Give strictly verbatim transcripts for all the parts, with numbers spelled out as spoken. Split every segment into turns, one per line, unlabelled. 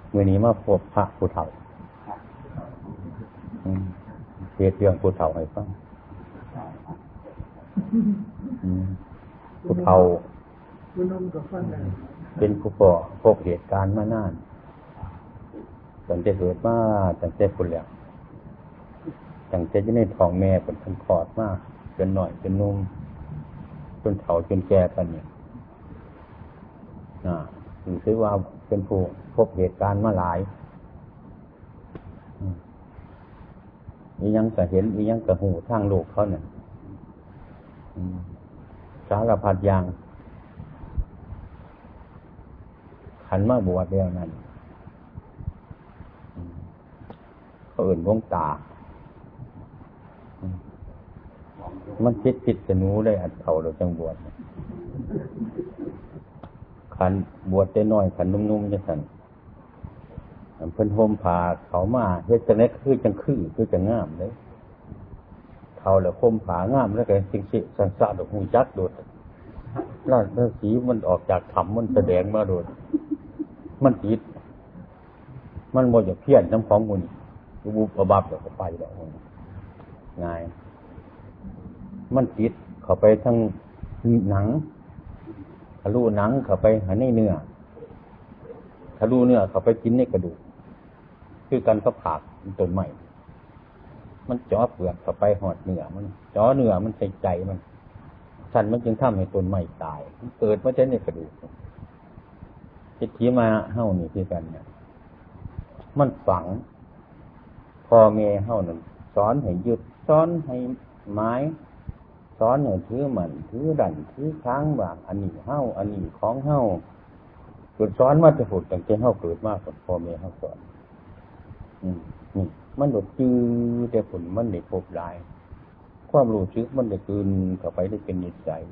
มื้อนี้มาพบพระผู้เฒ่าอืมเทศเรื่องผู้เฒ่าให้ฟังอืมผู้เฒ่าเป็นผู้ก่อพบเหตุการณ์มานานตั้งแต่เกิดมาตั้งแต่พุ่นแล้วตั้งแต่อยู่ในท้องแม่เป็นคนคลอดมาจนน้อยจนหนุ่มจนเฒ่าจนแก่ปานนี้น่ะถือว่าเป็นผู้พบเหตุการณ์มาหลายอีหยังก็เห็นอีหยังก็หูทางโลกเขาเนี่ยสารพัดอย่างขันมาบวชแล้วนั่นเขาเอื่นวงตามันคิดผิดสนูได้อัดเขาเราจังบวชขันบวชได้น้อยขันนุ่มๆจะสั่นเพิ่นห่มผ้าเขามาเฮ็ดจังได๋คือจังคือคือจังงามเลยเขาแล้วห่มผ้างามแล้วก็จริงๆสันสะดอกหูจักโดดราชสีมันออกจากถ้ำมันแสดงมาโดดมันติดมันบ่อยากเพี้ยนน้ำของมูนี่บุบบับแล้วก็ไปแล้วง่ายมันติดเข้าไปทั้งหนังทะลุหนังเข้าไปหาในเนื้อทะลุเนื้อเข้าไปกินในกระดูกคือกันก็ผักต้นไม้มันจ่อเปลือกเข้าไปหอดเนื้อมันจ่อเนื้อมันใส่ใจมันสั่นมันจึงทำให้ต้นไม้ตายมันเกิดมาจากในกระดูกทิฏฐิมาเฮ้านี่คือกันเนี่ยมันฝังพ่อแม่เฮ้านั่นสอนให้ยึดสอนให้ไม้สอนให้ถือมันถือดันถือค้างบางอันนี้เฮ้าอันนี้ของเฮ้าเกิดสอนมาจะพูดตั้งแต่เฮ้าเกิดมากกว่าพ่อแม่เฮ้าสอนอืมนี่มันหลุดจื้อแต่ผลมันได้พบหลายความรู้สึกมันได้คืนเข้าไปได้เป็นนิสัย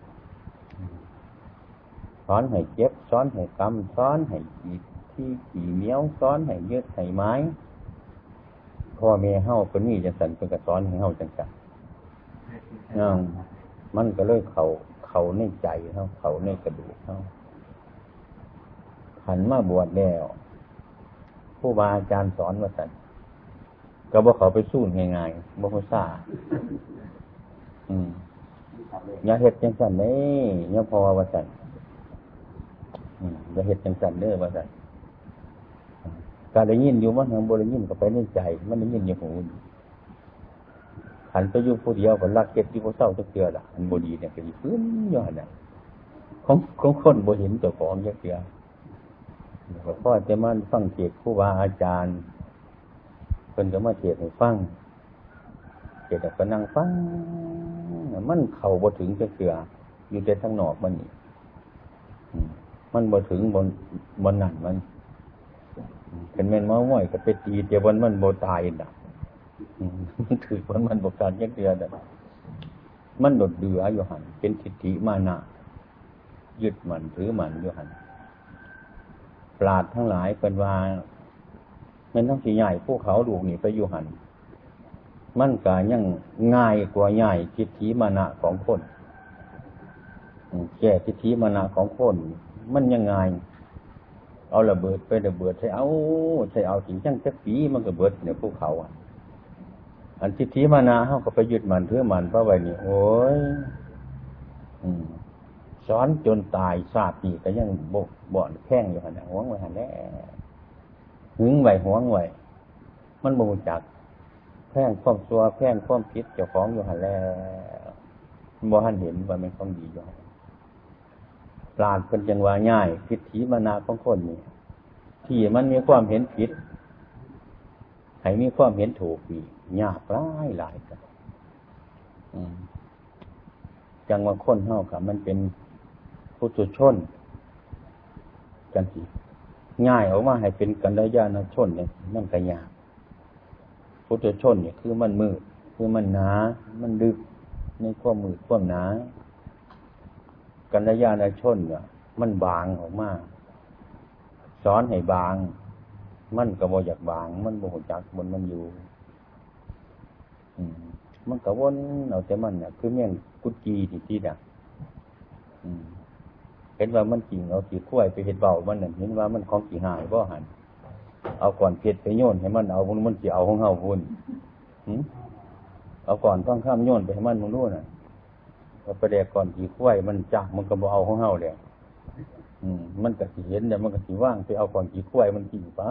สอนให้เจ็บสอนให้กำสอนให้ขีดที่ขี่เหนียวสอนให้ยึดให้ไม้พ่อแม่เฮาเป็นนี่จังซั่นเพิ่นก็สอนให้เฮาจังซั่นอ้าวมันก็เลยเข้าเข้าในใจเฮาเข้าในกระดูกเฮาหันมาบวชแล้วครูบาอาจารย์สอนว่าซั่นก็บ่เข้าไปสู้ง่ายๆบ่ฮู้ซ่าอืมอย่าเฮ็ดจังซั่นเด้อย่าพอว่าซั่นอืมอย่าเฮ็ดจังซั่นเด้อว่าซั่นการได้ยินอยู่มันหังบ่ได้ยินก็ไปในใจมันได้ยินอยู่หูหันไปอยู่ผู้เดียวก็รักเก็บที่บ่เศร้าจักเทื่อล่ะอันบ่ดีเนี่ยก็สิฟื้นอยู่หั่นน่ะของของคนบ่เห็นเจ้าของจักเทื่อก็พอแต่มันฟังเทศน์ครูบาอาจารย์เพิ่นก็มาเทศน์ให้ฟังเทศน์ก็นั่งฟังมันเข้าบ่ถึงจักเทื่ออยู่แต่ทางนอกมันนี่มันบ่ถึงบนบนนั่นมันเป็นแม่นเมาง่อยก็ไปตีแต่วันมันบ่ตายน่ะมันถือวันมันบ่การจักเทื่อน่ะมันโดดเดืออยู่หั่นเป็นทิฏฐิมานะยึดมั่นถือมั่นอยู่หั่นปราชญ์ทั้งหลายเป็นว่ามันต้องสิย้ายภูเขาลูกนี่ไปอยู่หั่นมันก็ยังง่ายกว่าย้ายทิฏฐิมานะของคนแก้ทิฏฐิมานะของคนมันยังง่ายเอาระเบิดไประเบิดใส่เอาใส่เอาถึงจังจักปีมันก็เบิดเนี่ยภูเขาอ่ะอันทิฏฐิมานะเฮาก็ไปยึดมั่นถือมั่นเพราะไว้นี่โอ้ยอืมสอนจนตายชาตินี้ก็ยังบ่บ่อนแข้งอยู่หั่นน่ะหวงไว้หั่นแหละหึงไว้หวงไว้มันบ่รู้จักแข้งความชั่วแข้งความผิดเจ้าของอยู่หั่นแล้วบ่ทันเห็นว่ามันของดีอยู่ปราชญ์เพิ่นจังว่าง่ายทิฏฐิมานะของคนนี่ที่มันมีความเห็นผิดให้มีความเห็นถูกนี่ยากหลายหลายกันอืมจังว่าคนเฮาก็มันเป็นปุถุชนจังซี่ง่ายออกมาให้เป็นกัลยาณชนเนี่ยมันก็ยากปุถุชนนี่คือมันมืดคือมันหนามันดึกในความมืดความหนากัลยาณชนเนี่ยมันบางออกมาสอนให้บางมันก็บ่อยากบางมันบ่รู้จักบนมันอยู่อืมมันก็วนเอาแต่มันน่ะคือแม่งกุดจีที่ที่น่ะอืมเห็นว่ามันจริงเอาขี้ข้วยไปเฮ็ดเว้ามันน่ะเห็นว่ามันของขี้หายบ่หั่นเอาก่อนเพชรไปโยนให้มันเอามันสิเอาของเฮาพุ่นหึเอาก่อนต้องข้ามโยนไปให้มันมึงรู้น่ะเอาไปแดกก่อนกี่ข้วยมันจักมันก็บ่เอาของเฮาแล้วอืมมันก็สิเห็นเดี๋ยวมันก็สิว่างไปเอาก่อนกี่ข้วยมันกินไป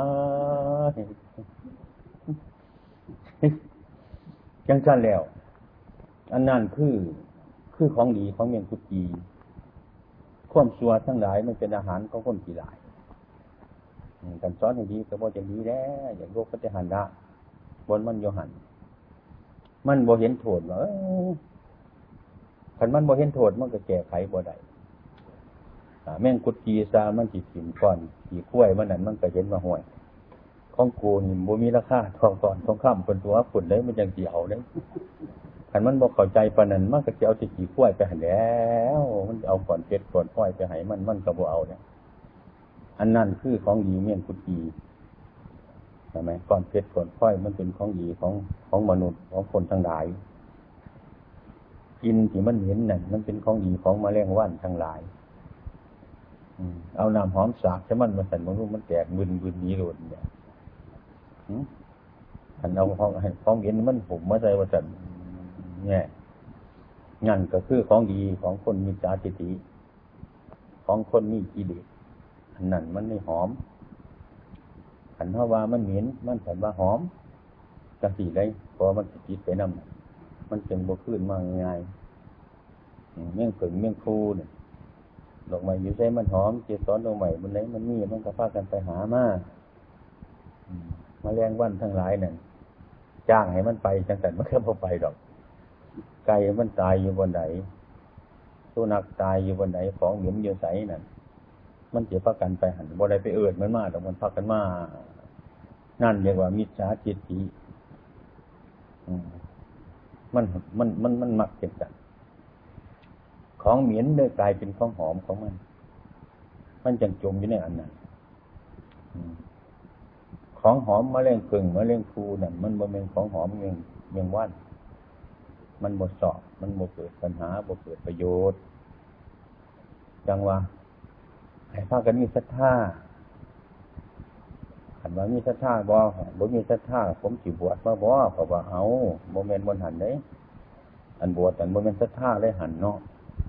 จังซั่นแล้วอันนั้นคือคือของดีของเมียนกุฏีความชั่วทั้งหลายมันเป็นอาหารของคนขี้หลายกันสอนให้ดีก็บ่จะดีแล้วอย่างโลกพระเจ้าหันละบนมันโยหันมันบ่เห็นโทษว่าเอ้ยคันมันบ่เห็นโทษมันก็แก้ไขบ่ได้แม่งกุฏีซามันสิถิ่มก่อนขี้ข้วยมันนั่นมันก็เห็นว่าห่วยของกูนี่บ่มีราคาทองก่อนทองคำเพิ่นตัวฝุ่นได้มันจังสิเอาเด้คันมันบ่เข้าใจปานนั้นมันก็สิเอาแต่ขี้ข้วยไปหั่นแล้วมันเอาก่อนเพชรก่อนพลอยไปให้มันมันก็บ่เอาเนี่ยอันนั้นคือของดีเมียนกุฏีใช่ไหมก่อนเพชรก่อนพลอยมันเป็นของดีของของมนุษย์ของคนทั้งหลายกินที่มันเห็นนั่นมันเป็นของดีของแมลงวันทั้งหลายเอาน้ำหอมสาบใช่มันมาสั่นบางรูปมันแตกบึนบึนนี้โหลดเนี่ยอันเอาของของเห็นมันผมมาใส่ว่าสั่นเนี่ยงั้นก็คือของดีของคนมีจาติติของคนมีกิเลสอันนั้นมันไม่หอมขันเทว่ามันเหม็นมันขันว่าหอมจะสีได้เพราะมันติดไปนำมันเป็นบวขึ้นมาง่ายเมี่ยงผึ่งเมี่ยงคูเนี่ยดอกไม้อยู่ใช้มันหอมเจสอนดอกไม้บนไหนมันมีมันก็พากันไปหามามาแรงวันทั้งหลายนั่นจ้างให้มันไปจังสันมันก็พอไปดอกไก่มันตายอยู่บนไหนสุนัขตายอยู่บนไหนของเหม็นอยู่ใสนั่นมันเสียพากันไปหันบ่ได้ไปเอิดมันมาแต่มันพากันมานั่นเรียกว่ามิจฉาทิฏฐิมันมันมันมันมักเป็นกันของเหม็นเลยกลายเป็นของหอมของมันมันจังจมอยู่ในอันนั้นของหอมมะเร็งกึ่งมะเร็งคูนั่นมันบ่เป็นของหอมเมียงเมียงว่านมันบ่สอบมันบ่เกิดปัญหาบ่เกิดประโยชน์จังว่าให้พากันมีศรัทธาคันว่ามีศรัทธาบ่บ่มีศรัทธาผมสิบวชมาบ่เขาว่าเอาบ่แม่นบ่หันเด้อันบวชอันบ่แม่นศรัทธาเลยหันเนาะ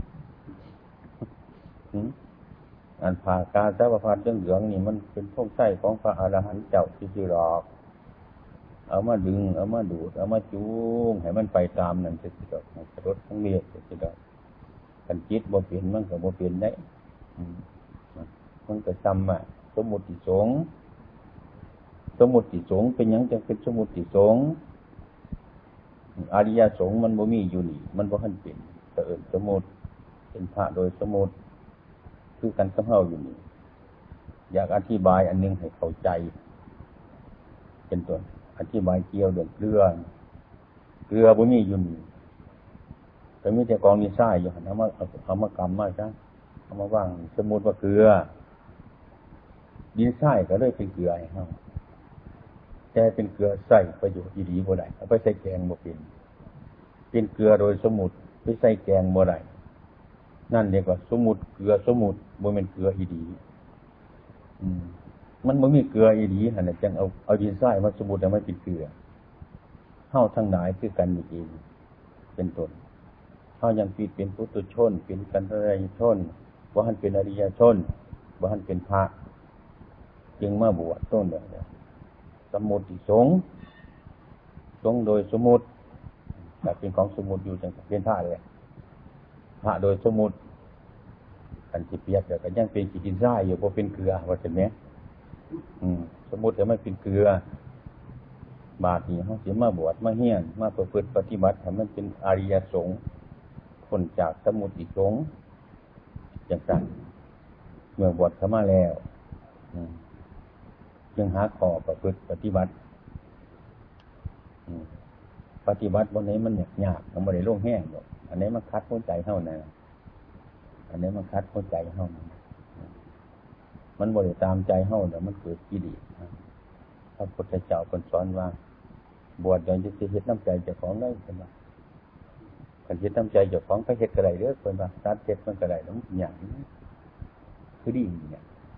อันผ่ากาสาวพัดเหลืองๆนี่มันเป็นพวกไส้ของพระอรหันต์เจ้าซื่อๆหรอกเอามาดึงเอามาดูดเอามาจูงให้มันไปตามนั่นซื่อๆดอกให้รถทั้งเรียกซื่อๆดอกคันจิตบ่เปลี่ยนมันก็บ่เปลี่ยนได้มันก็ซ้ำอ่ะสมมุติสงฆ์สมมุติสงฆ์เป็นหยังจังเป็นสมมุติสงฆ์อริยสงฆ์มันบ่มีอยู่นี่มันบ่ทันเป็นก็เอิ้นสมมุติเป็นพระโดยสมมุติคือกันกับเฮาอยู่นี่อยากอธิบายอันนึงให้เข้าใจเป็นต้นอธิบายเกี่ยวเรื่องเกลือเกลือบ่มีอยู่นี่แต่มีแต่กองดินทรายอยู่หั่นเอามาเอามากำมาซะเอามาวางสมมุติว่าเกลือดินทรายก็เลยเป็นเกลือให้เฮาแต่เป็นเกลือใส่ประโยชน์ดีๆบ่ได้เอาไปใส่แกงบ่เป็นเป็นเกลือโดยสมมุติไปใส่แกงบ่ได้นั่นเรียกว่าสมมุติเกลือสมมุติบ่แม่นเกลืออีดีอืมมันบ่มีเกลืออีดีหั่นน่ะจังเอาเอาดินทรายมาสมมุติให้มันเป็นเกลือเฮาทั้งหลายคือกันนี่เองเป็นต้นเฮายังปิดเป็นปุถุชนเป็นกันตรัยชนบ่ทันเป็นอริยชนบ่ทันเป็นพระจึงมาบวชต้นเด้อสมมุติสงฆ์สงฆ์โดยสมมุติแต่เป็นของสมมุติอยู่จังเป็นพระเลยพระโดยสมมุติกันสิเปียกเดี๋ยวก็ยังเป็นขี้ดินทรายอยู่บ่เป็นเกลือว่าซั่นแหมอืมสมมุติแต่มันเป็นเกลือบาดนี้เฮาสิมาบวชมาเฮียนมาประพฤติปฏิบัติให้มันเป็นอริยสงฆ์พ้นจากสมุติสงฆ์จังซั่นเมื่อบวชเข้ามาแล้วอืมจึงหาข้อประพฤติปฏิบัติอืมปฏิบัติบ่ไหนมันยากๆมันบ่ได้ลงแห้งดอกอันนี้มันคัดหัวใจเฮานะอันนี้มันคัดหัวใจเฮามันบ่ได้ตามใจเฮาแล้วมันเกิดกิเลสพระพุทธเจ้าเพิ่นสอนว่าบวชอย่างจะสิเฮ็ดน้ำใจเจ้าของได้เพิ่นว่าคันเฮ็ดน้ำใจเจ้าของก็เฮ็ดก็ได้เด้อเพิ่นว่าตัดเฮ็ดมันก็ได้แล้วมันหยังคือดีเนี่ย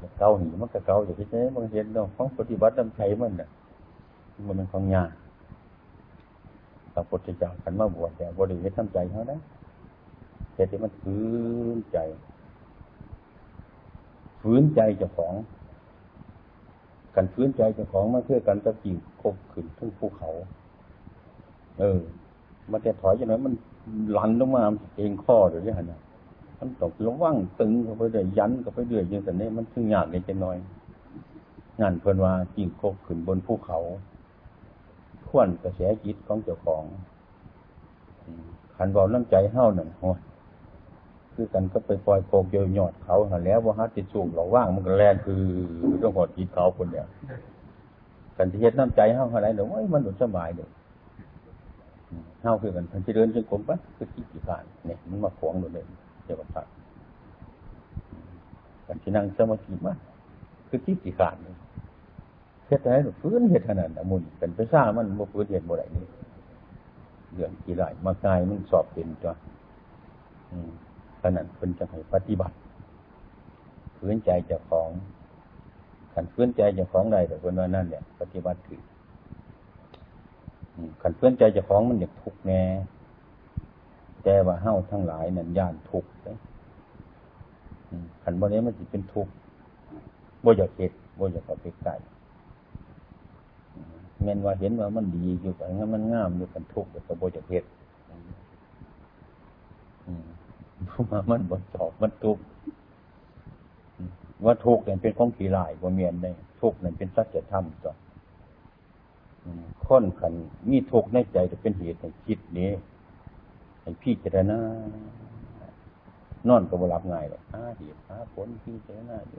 เก่าหนีมันก็เก่าอยู่ที่ไหนมันเห็นเนาะของปฏิบัติน้ำใจมันน่ะมันเป็นของยากพระพุทธเจ้าขันมาบวชแต่บริเวณน้ำใจเขานะเหตุที่มันฝืนใจฝืนใจเจ้าของกันฝืนใจเจ้าของมาเพื่อกันตะกี้คบขึ้นทั้งภูเขาเออมันจะถอยจังไหนมันหลันลงมาเองข้อเดี๋ยวนี้นะมันตกระวังตึงเข้าไปเรื่อยยันเข้าไปเรื่อยอย่างแต่นี้มันถึงยากเลยจะน้อยงานเพิ่นว่ากิ่งคบขึ้นบนภูเขาขวนกระแสจิตของเจ้าของขันเบาน้ำใจเฮ้านั่นโอ้ยคือกันก็ไปปล่อยโคกเดียวยอดเขาหาแล้วว่าฮัตติสูงเราว่างมันก็แลนคือต้องหดจิตเขาคนเดียวกันที่เฮ็ดน้ำใจเฮ้าอะไรเดี๋ยวโอ้ยมันหลุดสบายเดี๋ยวเฮ้าคือกันพันจะเดินจงกรมปั๊บคือที่กี่ผ่านเนี่ยมันมาขวางหมดเลยเจ้าพระกันที่นั่งสมาธิมาคือที่กี่ผ่านเนี่ยเฮ็ดอะไรหนูฟื้นเฮ็ดขนาดนั้นมุนเป็นไปซ่ามันบ่ฟื้นเฮ็ดบ่ได้นี่เรื่องกี่ไรมากายมันสอบเป็นตัวขนาดเป็นจะให้ปฏิบัติฟื้นใจเจ้าของขันฟื้นใจเจ้าของใดแต่คนว่านั่นเนี่ยปฏิบัติถือขันฟื้นใจเจ้าของมันอยากทุกข์แน่แต่ว่าเฮ้าทั้งหลายนั่นย่านทุกข์เลยขันบ่นี้มันจะเป็นทุกข์บ่อยากเห็นบ่อยากเอาไปใกล้แม้นว่าเห็นว่ามันดีอยู่กันงั้นมันงามอยู่กันทุกข์แต่ก็บ่อยากเห็นเพราะว่ามันบ่ชอบมันทุกข์ว่าทุกข์เนี่ยเป็นของขี้ลายบ่แม่นได้ทุกข์เนี่ยเป็นสัจธรรมตัวคนขันมีทุกข์ในใจจะเป็นเหตุให้คิดนี้ให้พิจารณานอนก็บ่หลับง่ายหรอกหาเหตุหาผลพิจารณาอยู่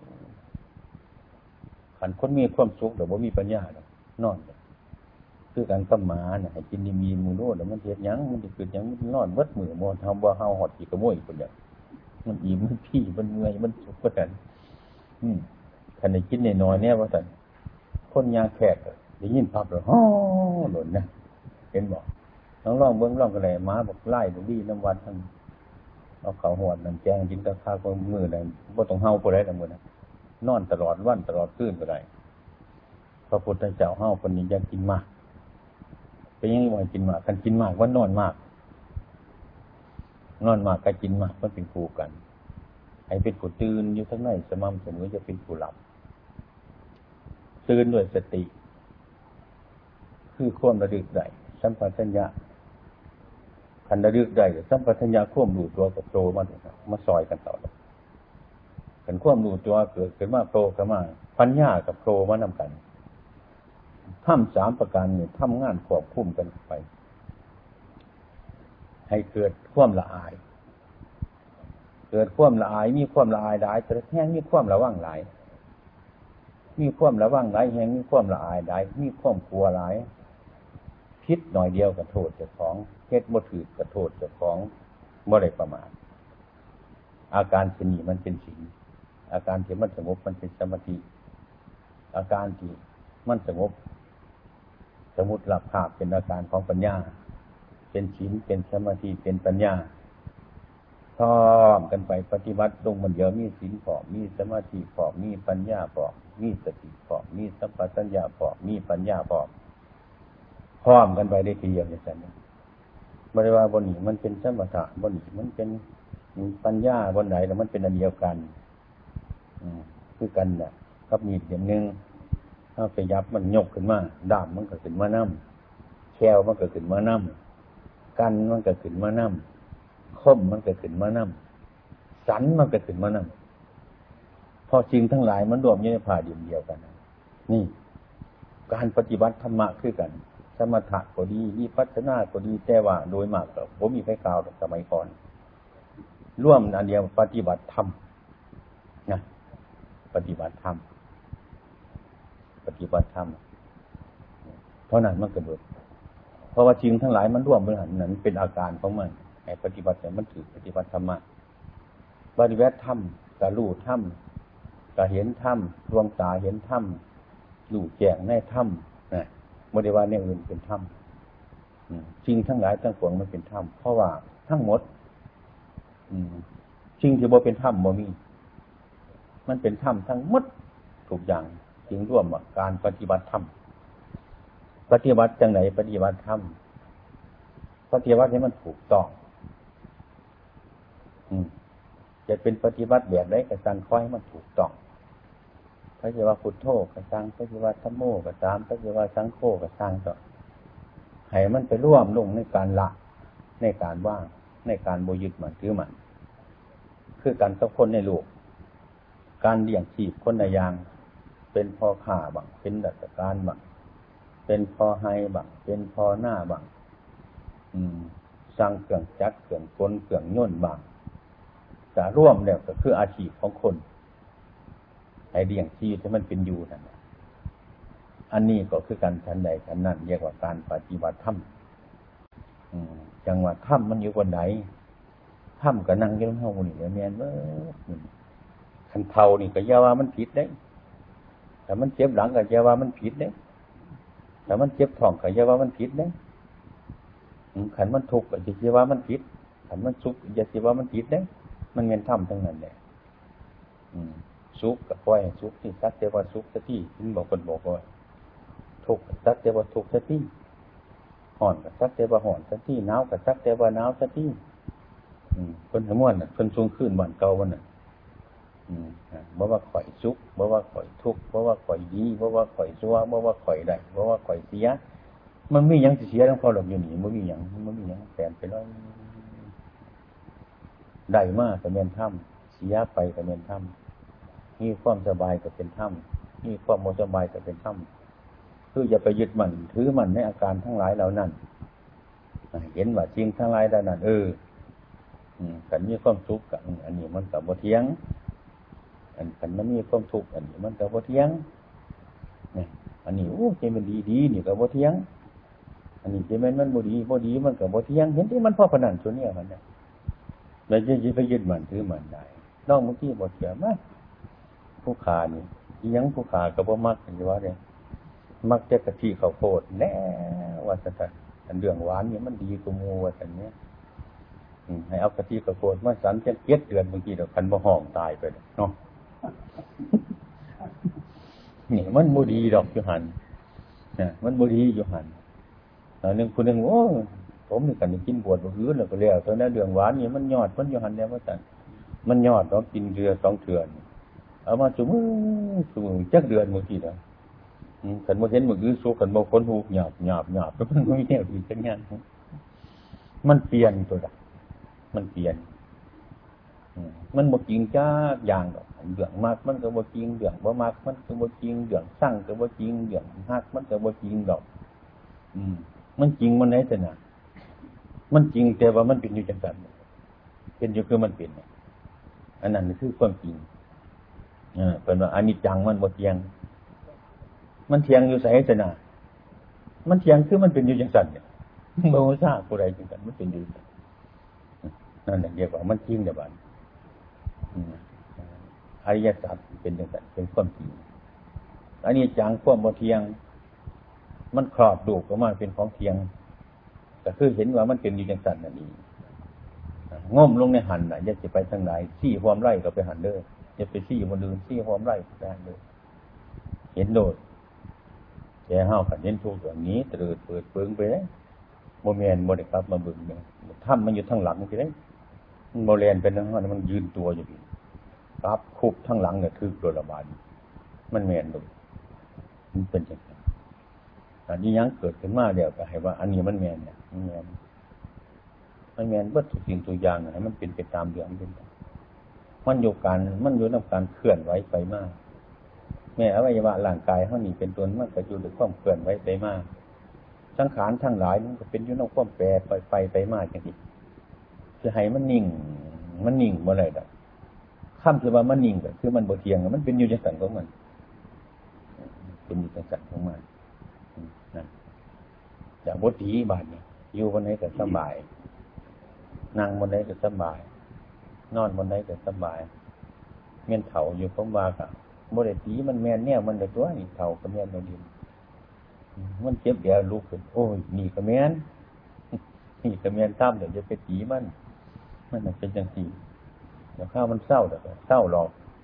ขันคนมีความสุขแต่บ่มีปัญญาหรอกนอนคือการกับหมาเนี่ยให้กินมีมูโนแล้วมันเฮ็ดหยังมันสิเกิดหยังมันนอนเบิดมื้อบ่ทำบ่เฮาหอดขี้ขโมยพุ่นเด้อมันอิ่มมันพี่มันเมื่อยมันสุขว่าซั่นอืมคันได้กินน้อยๆแน่ว่าซั่นคนยาแขกได้ยินภาพแล้วฮ้อหล่นนะเห็นบ่ลองลองเบิ่งลองก็ได้หมาบอกไล่บ่ดีน้ำวัดทั้งเอาเข้าหอดน้ำแจ้งกินตะคาก็มื้อใดบ่ต้องเฮาผู้ใดทั้งหมดน่ะนอนตลอดวันตลอดคืนก็ได้พระพุทธเจ้าเฮาเพิ่นนี่อยากกินมากเป็นยังไงบ่ให้กินมากคันกินมากว่านอนมากนอนมากกับกินมากมันเป็นคู่กันให้เป็นผู้ตื่นอยู่ข้างในสม่ำเสมอจะเป็นผู้หลับตื่นด้วยสติคือความระลึกได้สัมปชัญญะคันระลึกได้สัมปชัญญะควบรู้ตัวกับโตมามาซอยกันต่อคันควบรู้ตัวเกิดขึ้นมาโตขึ้นมาปัญญากับโตมานำกันทำสามประการนี่ทำงานควบคุมกันไปให้เกิดความละอายเกิดความละอายมีความละอายหลายแต่แห้งมีความระวังหลายมีความระวังหลายแห้งมีความละอายหลายมีความกลัวหลายพิษหน่อยเดียวกับโทษเจ้าของเฮ็ดบ่ถือกับโทษเจ้าของบ่ได้ประมาทอาการชนิดมันเป็นศีลอาการที่มันสงบมันเป็นสมาธิอาการที่มันสงบสมุติหลับภาพเป็นอาการของปัญญาเป็นศีลเป็นสมาธิเป็นปัญญาพร้อมกันไปปฏิบัติลงมันเดียวมีศีลพร้อมมีสมาธิพร้อมมีปัญญาพร้อมมีสติพร้อมมีสัมปชัญญะพร้อมมีปัญญาพร้อมพร้อมกันไปได้ทีเดียวอย่างนั้นบริวารบนนี้มันเป็นสมถะบนนี้มันเป็นปัญญาบนไหนแล้วมันเป็นอันเดียวกันคือกันน่ะกับมีอย่างนึงถ้าไปยับมันยกขึ้นมาดาบมันก็ขึ้นมานั่มแควมันก็ขึ้นมานั่มกันมันก็ขึ้นมานั่มคมมันก็ขึ้นมานั่มสันมันก็ขึ้นมานั่มพอจริงทั้งหลายมันรวมอยู่ในผ่าเดียวเดียวกันนี่การปฏิบัติธรรมะคือกันสมถะก็ดีวิปัสสนาก็ดีแต่ว่าโดยมากก็ผมมีไฟกาวสมัยก่อนร่วมอันเดียวปฏิบัติธรรมนะปฏิบัติธรรมปฏิบัติธรรมเพราะนั้นมันเกิดเพราะว่าจริงทั้งหลายมันร่วมบริหารนั้นเป็นอาการของมันไอ้ปฏิบัติเนี่ยมันถือปฏิบัติธรรมะปฏิบัติธรรมกะรู้ธรรมกะเห็นธรรมดวงตาเห็นธรรมรู้แจ้งในธรรมนะบ่ได้ว่าเนี่ยอื่นเป็นธรรมจริงทั้งหลายทั้งปวงมันเป็นธรรมเพราะว่าทั้งหมดจริงที่บ่เป็นธรรมบ่มีมันเป็นธรรมทั้งหมดทุกอย่างจึงร่วมว่าการปฏิบัติธรรมปฏิบัติจังไหนปฏิบัติธรรมปฏิบัติให้มันถูกต้องจะเป็นปฏิบัติแบบไหนก็สั่งคอยให้มันถูกต้องพระเจ้าว่าพุทโธก็สั่งพระเจ้าว่าธัมโมก็ตามพระเจ้าว่าสังโฆก็สั่งต่อให้มันไปร่วมลงในการละในการว่างในการบ่ยึดมั่นถือมั่นคือการกับคนในโลกการเลี้ยงชีพคนในอย่างเป็นพ่อข้าบ้างเป็นราชการบ้างเป็นพ่อไฮบ้างเป็นพ่อหน้าบ้างอืมสร้างเครื่องจักรเครื่องกลเครื่องยนต์บ้างจะร่วมแล้วก็คืออาชีพของคนให้เลี้ยงชีพให้มันเป็นอยู่นั่นแหละอันนี้ก็คือการชั้นใดชั้นนั้นเรียกว่าการปฏิบัติธรรมจังหวะธรรมมันอยู่บนไหนธรรมก็นั่งอยู่ในห้องนี่แม่นเว้ยคันเท่านี่ก็อย่าว่ามันผิดได้แต่มันเจ็บหลังก็อย่าว่ามันผิดได้แต่มันเจ็บท้องก็อย่าว่ามันผิดได้ขันมันทุกข์ก็อย่าว่ามันผิดขันมันสุขอย่าว่ามันผิดได้มันเป็นธรรมทั้งนั้นแหละสุขกับปล่อยสุขที่สักแต่ว่าสุขสักที่ถึงบอกคนบอกว่าทุกข์สักแต่ว่าทุกข์สักที่ห่อนกับสักแต่ว่าห่อนสักที่หนาวกับสักแต่ว่าหนาวสักที่คนทั้งมวลน่ะคนสูงขึ้นบ้านเก่าวันน่ะบ่ว่าข่อยสุขบ่ว่าข่อยทุกข์บ่ว่าข่อยดีบ่ว่าข่อยชั่วบ่ว่าข่อยได้บ่ว่าข่อยเสียมันมีหยังสิเสียทั้งพอหลบอยู่นี่มันมีหยังมันมีหยังแสนไปร้อยได้มากก็เป็นธรรมเสียไปก็เป็นธรรมมีความสบายก็เป็นธรรมมีความบ่สบายก็เป็นธรรมคืออย่าไปยึดมั่นถือมั่นในอาการทั้งหลายเหล่านั้นเห็นว่าจริงทั้งหลายเหล่านั้นเออขันมีความสุขกับอันนี้มันกับบ่เที่ยงอันขันมันมีความทุกข์อันนี้มันกับบ่เที่ยงนี่อันนี้โอ้ใจมันดีดีนี่กับบ่เที่ยงอันนี้ใจมันมันบ่ดีบ่ดีมันกับบ่เที่ยงเห็นที่มันพอพนันตัวเนี้ยมันเนี่ยเราจะไปยึดมั่นถือมั่นได้นอกเมื่อกี้บ่เที่ยงมั้ยผู้ขานี่ยังผู้ขากับบ่มักกันอยู่ว่าเนี่ยมักจะกะทิข้าวโพดแน่ว่าซั่นอันเรื่องหวานนี่มันดีกว่าหมู่ว่าซั่นเนี่ยให้เอากะทิข้าวโพดมาสันจังเจ็ดเดือนเมื่อกี้ดอกคันบ่ห้องตายไปเนาะนี่มันบ่ดีดอกอยู่หั่นน่ะมันบ่ดีอยู่หั่นแล้วนึงผู้นึงโอ้ผมนี่กันกินบวชบ่หือแล้วก็แล้วตอนนั้นเรื่องหวานนี่มันยอดมันอยู่หั่นแล้วว่าซั่นมันยอดดอกกินเดือสองเทื่อเอามาจุมื้อจุมื้อจักเดือนเมื่อกี้ดอกอืมคันบ่เห็นมื้อคือสุกคันบ่คนหูหยาบหยาบหยาบมันบ่มีแนวดีจังงั้นมันเปลี่ยนตัวดอกมันเปลี่ยนมันบ่จริงจักอย่างดอกเรื่องมากมันก็บ่จริงเรื่องบ่มักมันก็บ่จริงเรื่องสั่งก็บ่จริงเรื่องฮักมันก็บ่จริงดอกอืมมันจริงมันไหนซั่นน่ะมันจริงแต่ว่ามันเป็นอยู่จังซั่นเป็นอยู่คือมันเป็นอันนั้นคือความจริงเออเพิ่นว่าอนิจจังมันบ่เที่ยงมันเที่ยงอยู่ไสซั่นน่ะมันเที่ยงคือมันเป็นอยู่จังซั่นเนี่ยบ่ฮู้ซาผู้ใดจังซั่นมันเป็นอยู่นั่นแหละเรียกว่ามันจริงเด้อบัดอริยสัจเป็นจังซั่นเป็นความจริงอันนี้จังความบ่เที่ยงมันครอบรูปออกมาเป็นของเที่ยงก็คือเห็นว่ามันเป็นอยู่จังซั่นนั่นเองง่มลงในหันน่ะอย่าสิไปทางไหนซี่ความไร่ก็ไปหันเด้ออย่าไปซี่บ่ลืมซี่ความไร่ไปหันเด้อเห็นโดดแต่เฮาคันเห็นทุกข์อย่างนี้ตรึดเปิดเปิงไปเด้บ่แม่นบ่ได้กลับมาเบิ่งเนี่ยธรรมมันอยู่ทางหลังสิเด้มันบ่แล่นไปนั่นมันยืนตัวอยู่นี่กลับคุบทางหลังเนี่ยถึกโดยระบาดมันแม่นโดดมันเป็นจังซั่นอันนี้ยังเกิดขึ้นมาแล้วก็ให้ว่าอันนี้มันแม่นเนี่ยมันแม่นมันแม่นเบิดทุกสิ่งทุกอย่างให้มันเป็นไปตามเรื่องเป็นมันอยู่การมันอยู่นำการเคลื่อนไหวไปมาแม้อวัยวะร่างกายเฮานี่เป็นตัวมันก็อยู่ด้วยความเคลื่อนไหวไปมาสังขารทั้งหลายมันก็เป็นอยู่ในความแปรไปไปไปมาจังซี่คือให้มันนิ่งมันนิ่งบ่ได้ดอกคำที่ว่ามันนิ่งก็คือมันบ่เที่ยงมันเป็นอยู่จังซั่นของมันเป็นอยู่จังซั่นของมันนั่นอย่างบ่ดีบาดนี้อยู่บนไหนก็สบายนั่งบนไหนก็สบายนอนบนไหนก็สบายแม่นเฒ่าอยู่ผมว่าก็บ่ได้ตีมันแม่นแนวมันได้ตัวนี่เฒ่าก็แม่นบ่ดีมันเจ็บเดี๋ยวลุกขึ้นโอ้ยนี่ก็แม่นนี่ก็แม่นตามเดี๋ยวจะไปตีมันมันเป็นจังซี่เดี๋ยวข้าวมันเศร้าเดี๋ยวเศร้าหรอก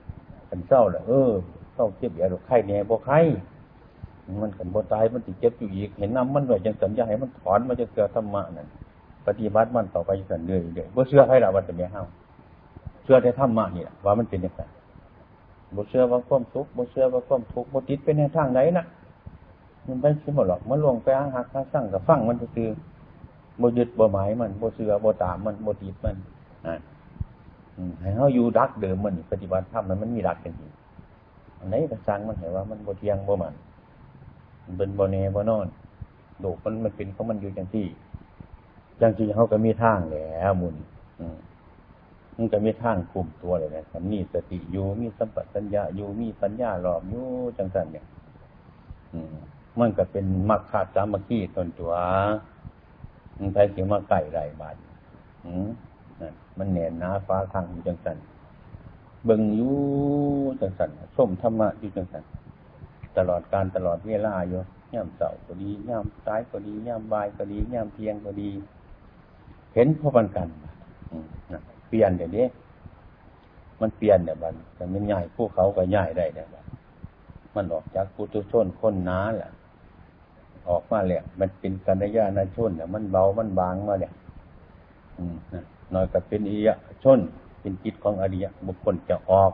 ขันเศร้าแหละเออเศร้าเจ็บอย่าหรอกไข้แน่บ่ไข้มันขันบ่ตายมันติเจ็บอยู่อีกเห็นน้ำมันด้วยจังสัญญาให้มันถอนมาจะเสือธรรมะนั่นปฏิบัติมันต่อไปสันเรื่อยเรื่อยบ่เชื่อให้ละวันจะไม่ห้าวเชื่อแต่ธรรมะนี่ว่ามันเป็นยังไงบ่เชื่อว่าความสุขบ่เชื่อว่าความทุกข์บ่ติดเป็นในทางไหนนะมันไม่ใช่บ่หรอกมันลงไปหาหักหาสั่งกับฟังมันคือบ่ยึดบ่หมายมันบ่เชื่อบ่ตามมันบ่ติดมันอ่าให้เฮาอยู่รักเดิมมันปฏิบัติธรรมมันมีรักจริงๆอันไหนก็สั่งมันให้ว่ามันบ่เที่ยงบ่มันมันเป็นบ่แน่บ่นอนโลกมันมันเป็นของมันอยู่จังซี่จังซี่เฮาก็มีทางแล้วมุ่นอืมมันก็มีทางคุมตัวเลยนะมีสติอยู่มีสัมปชัญญะอยู่มีปัญญารอบอยู่จังซั่นเนี่ยอืมมันก็เป็นมรรคสามัคคีตนตัวมันใครสิมาใกล้ได้บาดอืมนั่นมันแน่นหนาฟ้าทางอยู่จังซั่นเบิ่งอยู่จังซั่นส้มธรรมะอยู่จังซั่นตลอดการตลอดเวลาอยู่ยามเช้าก็ดียามสายก็ดียามบ่ายก็ดียามเที่ยงก็ดีเห็นพร้อมกันอืมนั่นเปลี่ยนเดี๋ยวนี้มันเปลี่ยนเนี่ยบัดแต่มันใหญ่ภูเขาก็ใหญ่ได้เนี่ยบัดมันออกจากปุถุชนคนหนาแหละออกมาแล้วมันเป็นกัลยาณชนเนี่ยมันเบามันบางมาแล้วอืมนะน้อยก็เป็นอริยชนเป็นจิตของอริยบุคคลจะออก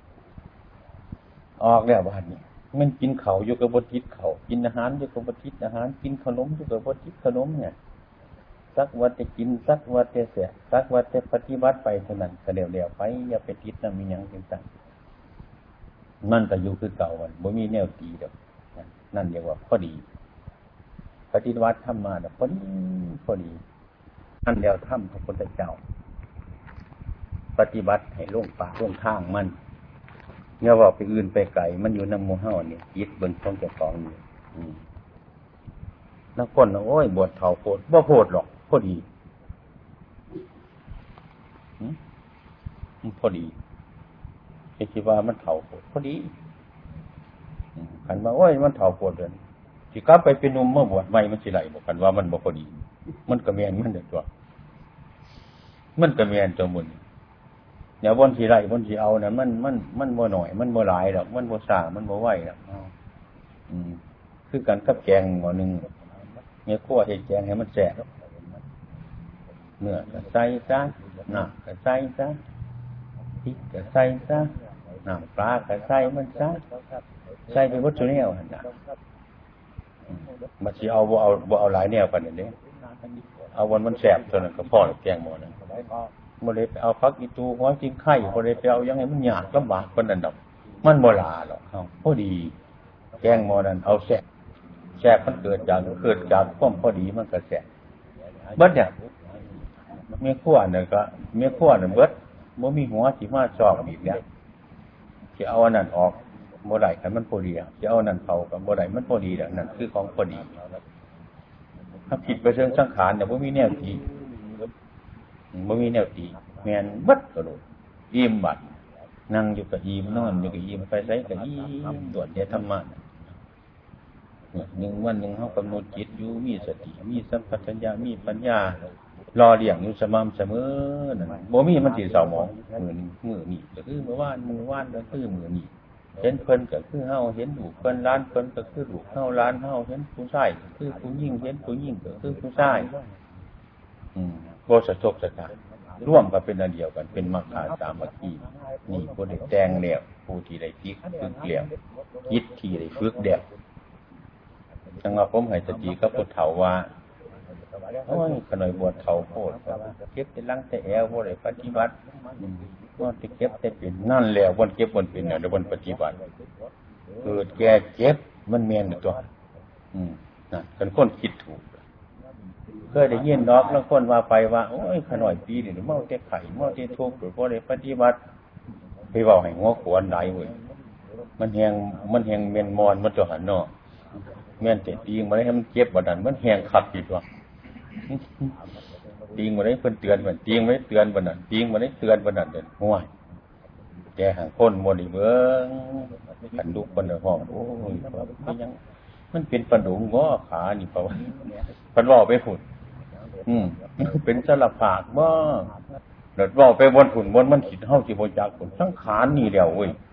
ออกแล้วบัดนี้มันกินข้าวอยู่กับบ่ติดข้าวกินอาหารอยู่กับบ่ติดอาหารกินขนมอยู่กับบ่ติดขนมเนี่ยสักวันจะกินสักวันจะเสียสักวันจะปฏิบัติไปเท่านั้นก็เดี๋ยวๆไปอย่าไปติดนำมีหยังต่างๆมันก็อยู่คือเก่ามันบ่มีแนวตีดอกนั่นเรียกว่าพอดีปฏิบัติธรรมมาดอกพอดีพอดีนั่นแล้วธรรมพระพุทธเจ้าปฏิบัติให้ลงป่าลงทางมันอย่าว่าไปอื่นไปไกลมันอยู่นำหมู่เฮานี่ยึดเบิ่งของเจ้าของอยู่อืมนักคนโอ้ยบวชเฒ่าโพดบ่โพดหรอกพอดีหืมมันพอดีคิดว่ามันเฒ่าโพดพอดีอืมคันว่าโอ้ยมันเฒ่าโพดเด้อสิกลับไปเป็นหนุ่มมาบวชใหม่มันสิไหลบ่คันว่ามันบ่พอดีมันก็แม่นมันเด้อตัวมันก็แม่นตัวมุ่นเดี๋ยวบนสิไหลบนสิเอาน่ะมันมันมันบ่น้อยมันบ่หลายดอกมันบ่ซ่ามันบ่ไวดอกอืมคือกันกับแกงหม้อนึงเนี่ยคั่วเฮ็ดแกงให้มันแซ่บเนื้อก็ใส่ซะน้ำก็ใส่ซะพริกก็ใส่ซะน้ำปลาก็ใส่มันซะใส่ไปหมดทุกแนวหั่นน่ะมันสิเอาบ่เอาบ่เอาหลายแนวปานนั้นเด้เอาวันมันแซ่บเท่านั้นก็พอแล้วแกงหม้อนั้นบ่ได้ไปเอาผักอีตูหัวจิงไข่บ่ได้ไปเอายังไงมันยากลำบากปานนั้นดอกมันบ่หลาหรอกเฮาพอดีแกงหม้อนั้นเอาแซ่บแซ่บมันเกิดจากเกิดจากความพอดีมันก็แซ่บเบิดเนี่ยเมียขั้วเนี่ยก็เมียขั้วเนี่ยเบิดบ่มีหัวสิมาชอบอีกเนี่ยสิเอาอันนั้นออกบ่ได้คันมันพอดีสิเอาอันนั้นเข้าก็บ่ได้มันพอดีแล้วนั่นคือของพอดีถ้าผิดไปเชิงสังขารเนี่ยบ่มีแนวตีบ่มีแนวตีแม่นเบิดก็โดดอิ่มบัดนั่งอยู่ก็อิ่มนอนอยู่ก็อิ่มไปไสก็อิ่มตรวจได้ธรรมะหนึ่งวันหนึ่งเขากำหนดจิตอยู่มีสติมีสัมปชัญญะมีปัญญารอเลี้ยงอยู่สม่ำเสมอนั่นบ่มีมันสิเศร้าหมองมื้อนี้มื้อนี้ก็คือเมื่อวานมื้อวานก็คือมื้อนี้เห็นเพิ่นก็คือเฮาเห็นลูกเพิ่นหลานเพิ่นก็คือลูกเฮาหลานเฮาเห็นผู้ชายก็คือผู้หญิงเห็นผู้หญิงก็คือผู้ชายอืมบ่สะทกสะท้านร่วมกันเป็นอันเดียวกันเป็นมรรคสามัคคีนี่ผู้ได้แต่งแล้วผู้ที่ได้ฝึกฝึกแล้วจิตที่ได้ฝึกแล้วจังว่าผมให้สติกับผู้เฒ่าว่าโอ้ยขน่อยบวชเฒ่าโพดเก็บแต่ลังแต่แอวบ่ได้ปฏิบัติบ่ได้เก็บแต่เป็นนั่นแล้วบ่เก็บบ่เป็นน่ะเดี๋ยวบ่ปฏิบัติเกิดแก่เจ็บมันแม่นตัวอืมนั่นเป็นคนคิดถูกเคยได้ยินดอกแล้วคนว่าไปว่าโอ้ยขน่อยปีนี่เมาแต่ไข่เมาแต่ทุกข์บ่ได้ปฏิบัติไปเว้าให้หัวขวนหลายเว้ยมันแฮงมันแฮงแม่นมอนมันตัวหันเนาะแม่นแต่ตีงบ่ได้ให้มันเจ็บบ่นั่นมันแฮงคักอีกว่าตีงบ่ได้เพิ่นเตือนมันตีงบ่ได้เตือนบ่นั่นตีงบ่ได้เตือนบ่นั่นเด้อห่วยแกหางคนบ่ได้เบิ่งคันลุกเพิ่นน่ะฮ้องโอ้ยมันยังมันเป็นปะดุงง้อขานี่เพราะว่าเพิ่นเว้าไปพุ่นอืมเป็นสลับปากบ่เลิศเว้าไปบนพุ่นบนมันคิดเฮาสิบ่จักพุ่นสังขารนี่แล้วเว้ย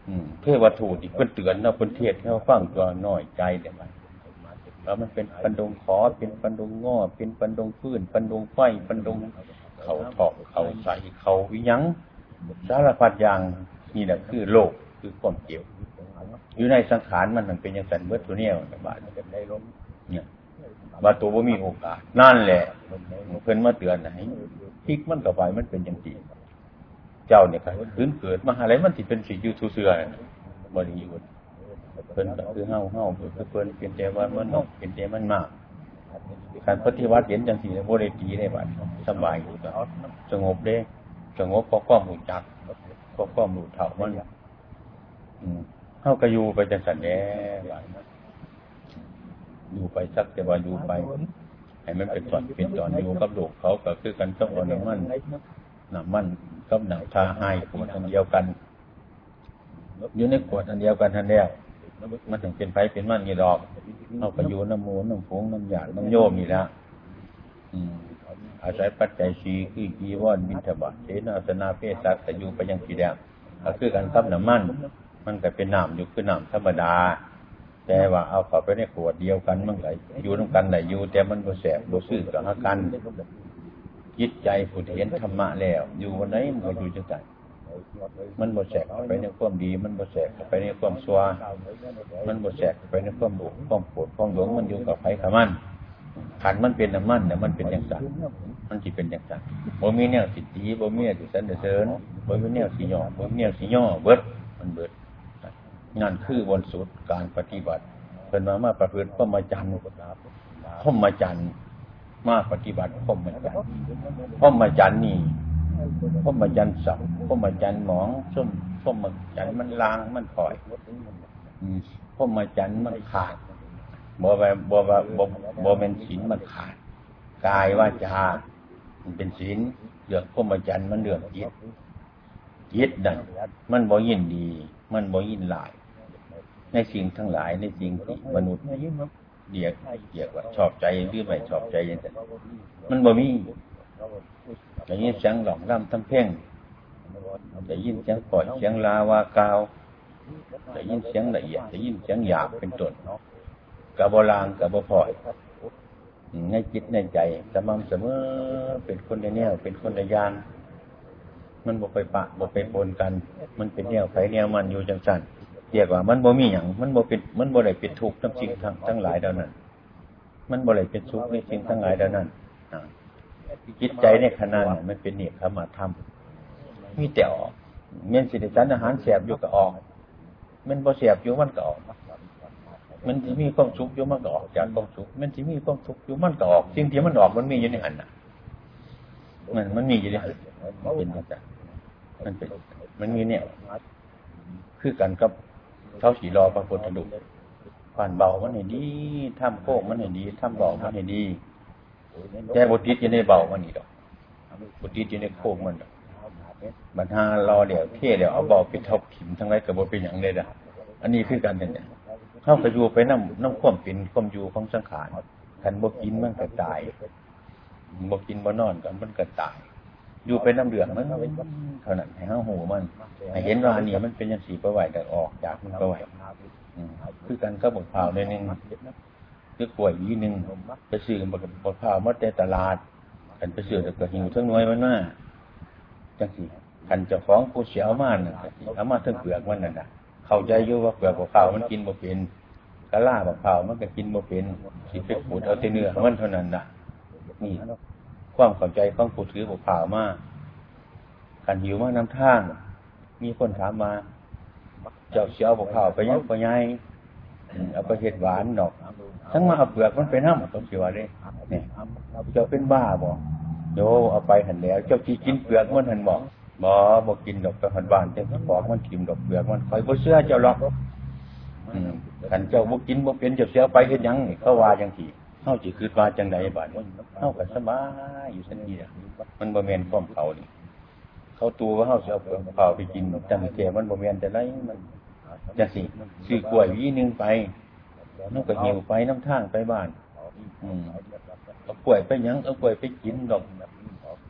อืมเทวทูตอีกเพิ่นเตือนเนาะเพิ่นเทศน์ให้เราฟังตัวน้อยใจได้บัดแล้วมันเป็นปันดงขอเป็นปันดงง้อเป็นปันดงฟื้นปันดงไฟปันดงเขาถอกเขาใส่เขาอีหยังสารพัดอย่างนี่แหละคือโลกคือความเกี่ยวอยู่ในสังขารมันมันเป็นอย่างนั้นเบิดตัวเนี่ยบาดได้ล้มเนี่ยบาดตัวบ่มีโอกาสนั่นแหละเพิ่นมาเตือนให้พลิกมันก็ไปมันเป็นจังซี่เจ้าเนี่ยก็คืนเกิดมาอะไรมันสิเป็นสิอยู่ซื่อๆบ่ได้อยู่เพิ่นก็คือเฮาเฮาคือเพิ่นเป็นแต่ว่ามันน้องเป็นแต่มันมากการปฏิวัติเห็นจังซี่บ่ได้ตีได้บาดสบายอยู่ก็สงบเด้สงบเพราะความรู้จักเพราะความรู้เท่ามันอืมเฮาก็อยู่ไปจังซั่นแหละบาดอยู่ไปสักแต่ว่าอยู่ไปให้มันเป็นตอนเป็นตอนอยู่กับโลกเขาก็คือกันต้องเอาน้ำมันน้ำมันกับหนังชาให้ขวดอันเดียวกันอยู่ในขวดอันเดียวกันทันแล้วมันถึงเป็นไฟเป็นมันนี่ดอกเอาไปอยู่น้ำมูลน้ำผงน้ำหยาดน้ำโยมนี่ละอืมอาศัยปัจจัยสี่คือกีวรบิณฑบาตเสนาสนะเพศสัตว์แต่อยู่ไปยังสีแดงก็คือกันกับน้ำมันมันก็เป็นน้ำอยู่คือน้ำธรรมดาแต่ว่าเอาเข้าไปในขวดเดียวกันมันก็อยู่ร่วมกันได้อยู่แต่มันบ่แสบบ่ซื่อกับกันจิตใจผู้เห็นธรรมะแล้วอยู่วันไหนมันก็อยู่จังซั่นมันบ่แสกไปในความดีมันบ่แสกไปในความชั่วมันบ่แสกไปในความบุญความโกรธความหลงมันอยู่กับไผกับมันขันมันเป็นน้ำมันเนี่ยมันเป็นจังซั่นมันสิเป็นจังซั่นบ่มีแนวสิตีบ่มีแนวสิสรรเสริญบ่มีแนวสิย่อบ่มีแนวสิย่อเบิดมันเบิดนั่นคือบนสุดการปฏิบัติเพิ่นว่ามาประพฤติพรหมจรรย์พรหมจรรย์มาปฏิบัติพรหมจรรย์พรหมจรรย์นี่พรหมจรรย์สับพรหมจรรย์หมองส้มพรหมจรรย์มันลางมันปล่อยพรหมจรรย์มันขาดบ่ว่าบ่ว่าบ่บ่เป็นศีลมันขาดกายวาจามันเป็นศีลเรื่องพรหมจรรย์มันเรื่องจิตจิตนั่นมันบ่ยินดีมันบ่ยินหลายในสิ่งทั้งหลายในสิ่งที่มนุษย์เรียกเรียกว่าชอบใจหรือไม่ชอบใจอย่างนั้นมันบ่มีได้ยินเสียงหลองร่ำทำเพ่งได้ยินเสียงปล่อยเสียงลาวากาวได้ยินเสียงละเอียดได้ยินเสียงหยาบเป็นต้นกะบ่ลางกะบ่พล่อยในจิตในใจสม่ำเสมอเป็นคนในแนวเป็นคนในยานมันบ่ไปปะบ่ไปปนกันมันเป็นแนวไผแนวมันอยู่จังซั่นเรียกว่ามันบ่มีหยังมันบ่เป็นมันบ่ได้เป็นทุกข์ทั้งสิ่งทั้งทั้งหลายเหล่านั้นมันบ่ได้เป็นทุกข์ในสิ่งทั้งหลายเหล่านั้นจิตใจในขณะนั้นมันเป็นเนกขมธรรมมีแต่ออกแม่นสิได้ฉันอาหารแสบอยู่ก็ออกมันบ่แสบอยู่มันก็ออกมันสิมีความสุขอยู่มันก็ออกจากความสุขมันสิมีความทุกข์อยู่มันก็ออกสิ่งที่มันออกมันมีอยู่ในหันน่ะมันมันมีอยู่ในหันเป็นจังซั่นมันเป็นมันมีแนวคือกันกับเท้าสีรอพระพุทธรูปผ่านเบามันให้ดีทำโค้งมันให้ดีทำเบามันให้ดีแต่บทติดอยู่ในเบามันนี่ดอกบทติดอยู่ในโค้งมันดอกบรรหารอเดี๋ยวเท่เดี๋ยวเอาเบาไปทับขิมทั้งไรกับบทเป็นอย่างเลยนะอันนี้คือกันเนี่ยเข้าไปอยู่ไปน้ำน้ำข้มเป็นข้มอยู่ของสังขารขันบกินมันก็ตายบกินบ่นอนกันมันก็ตายอยู่ไปน้ำเดือดมันเท่านั้นให้ห้าหูมันให้เห็นว่าอันนี้มันเป็นยังสีประไหวแต่ออกจากมันประไหวคือกันก็บดเผาในนึงคือกล้วยยีนึงไปซื้อบดบดเผามาแต่ตลาดกันไปซื้อแต่ก็หิวทั้งน้อยมันมาจังสีขันเจ้าของผู้เสียเอามาน่ะเอามาทั้งเปลือกมันน่ะเข้าใจอยู่ว่าเปลือกบดเผามันกินบ่เป็นกะลาบดเผามันก็กินบ่เป็นสิไปขูดเอาแต่เนื้อมันเท่านั้นน่ะนี่ความเข้าใจของผู้ถือบดเผามาขันหิวมาน้ำท่างมีคนถามมาเจ้าเสียเอาบดเผาไปยังไปยังเอาไปเห็ดหวานดอกทั้งมาเอาเปลือกมันไปน้ำต้องเสียว่าได้เนี่ยเจ้าเป็นบ้าบ่โยเอาไปหันแล้วเจ้าที่กินเปลือกมันหันบอกบ่บ่กินดอกไปหันบ้านเจ้าที่บอกมันถิ่มดอกเปลือกมันคอยบ่เชื่อเจ้าหรอกขันเจ้าบ่กินบ่เป็นเจ้าเสียไปเฮ็ดหยังเขาว่าจังซี่เฮาสิคิดว่าจังไดบัดนี้เฮาก็สบายอยู่ซั่นนี่ล่ะมันบ่แม่นความเขานี่เขาตัวว่าเฮาสิเอาเปลือกเผาไปกินจังแต่มันบ่แม่นแต่ไรมันจังซี่ซื้อกล้วยหวีนึงไปเฮาก็หิวไปน้ำทางไปบ้านอืมเอากล้วยไปหยังเอากล้วยไปกินดอก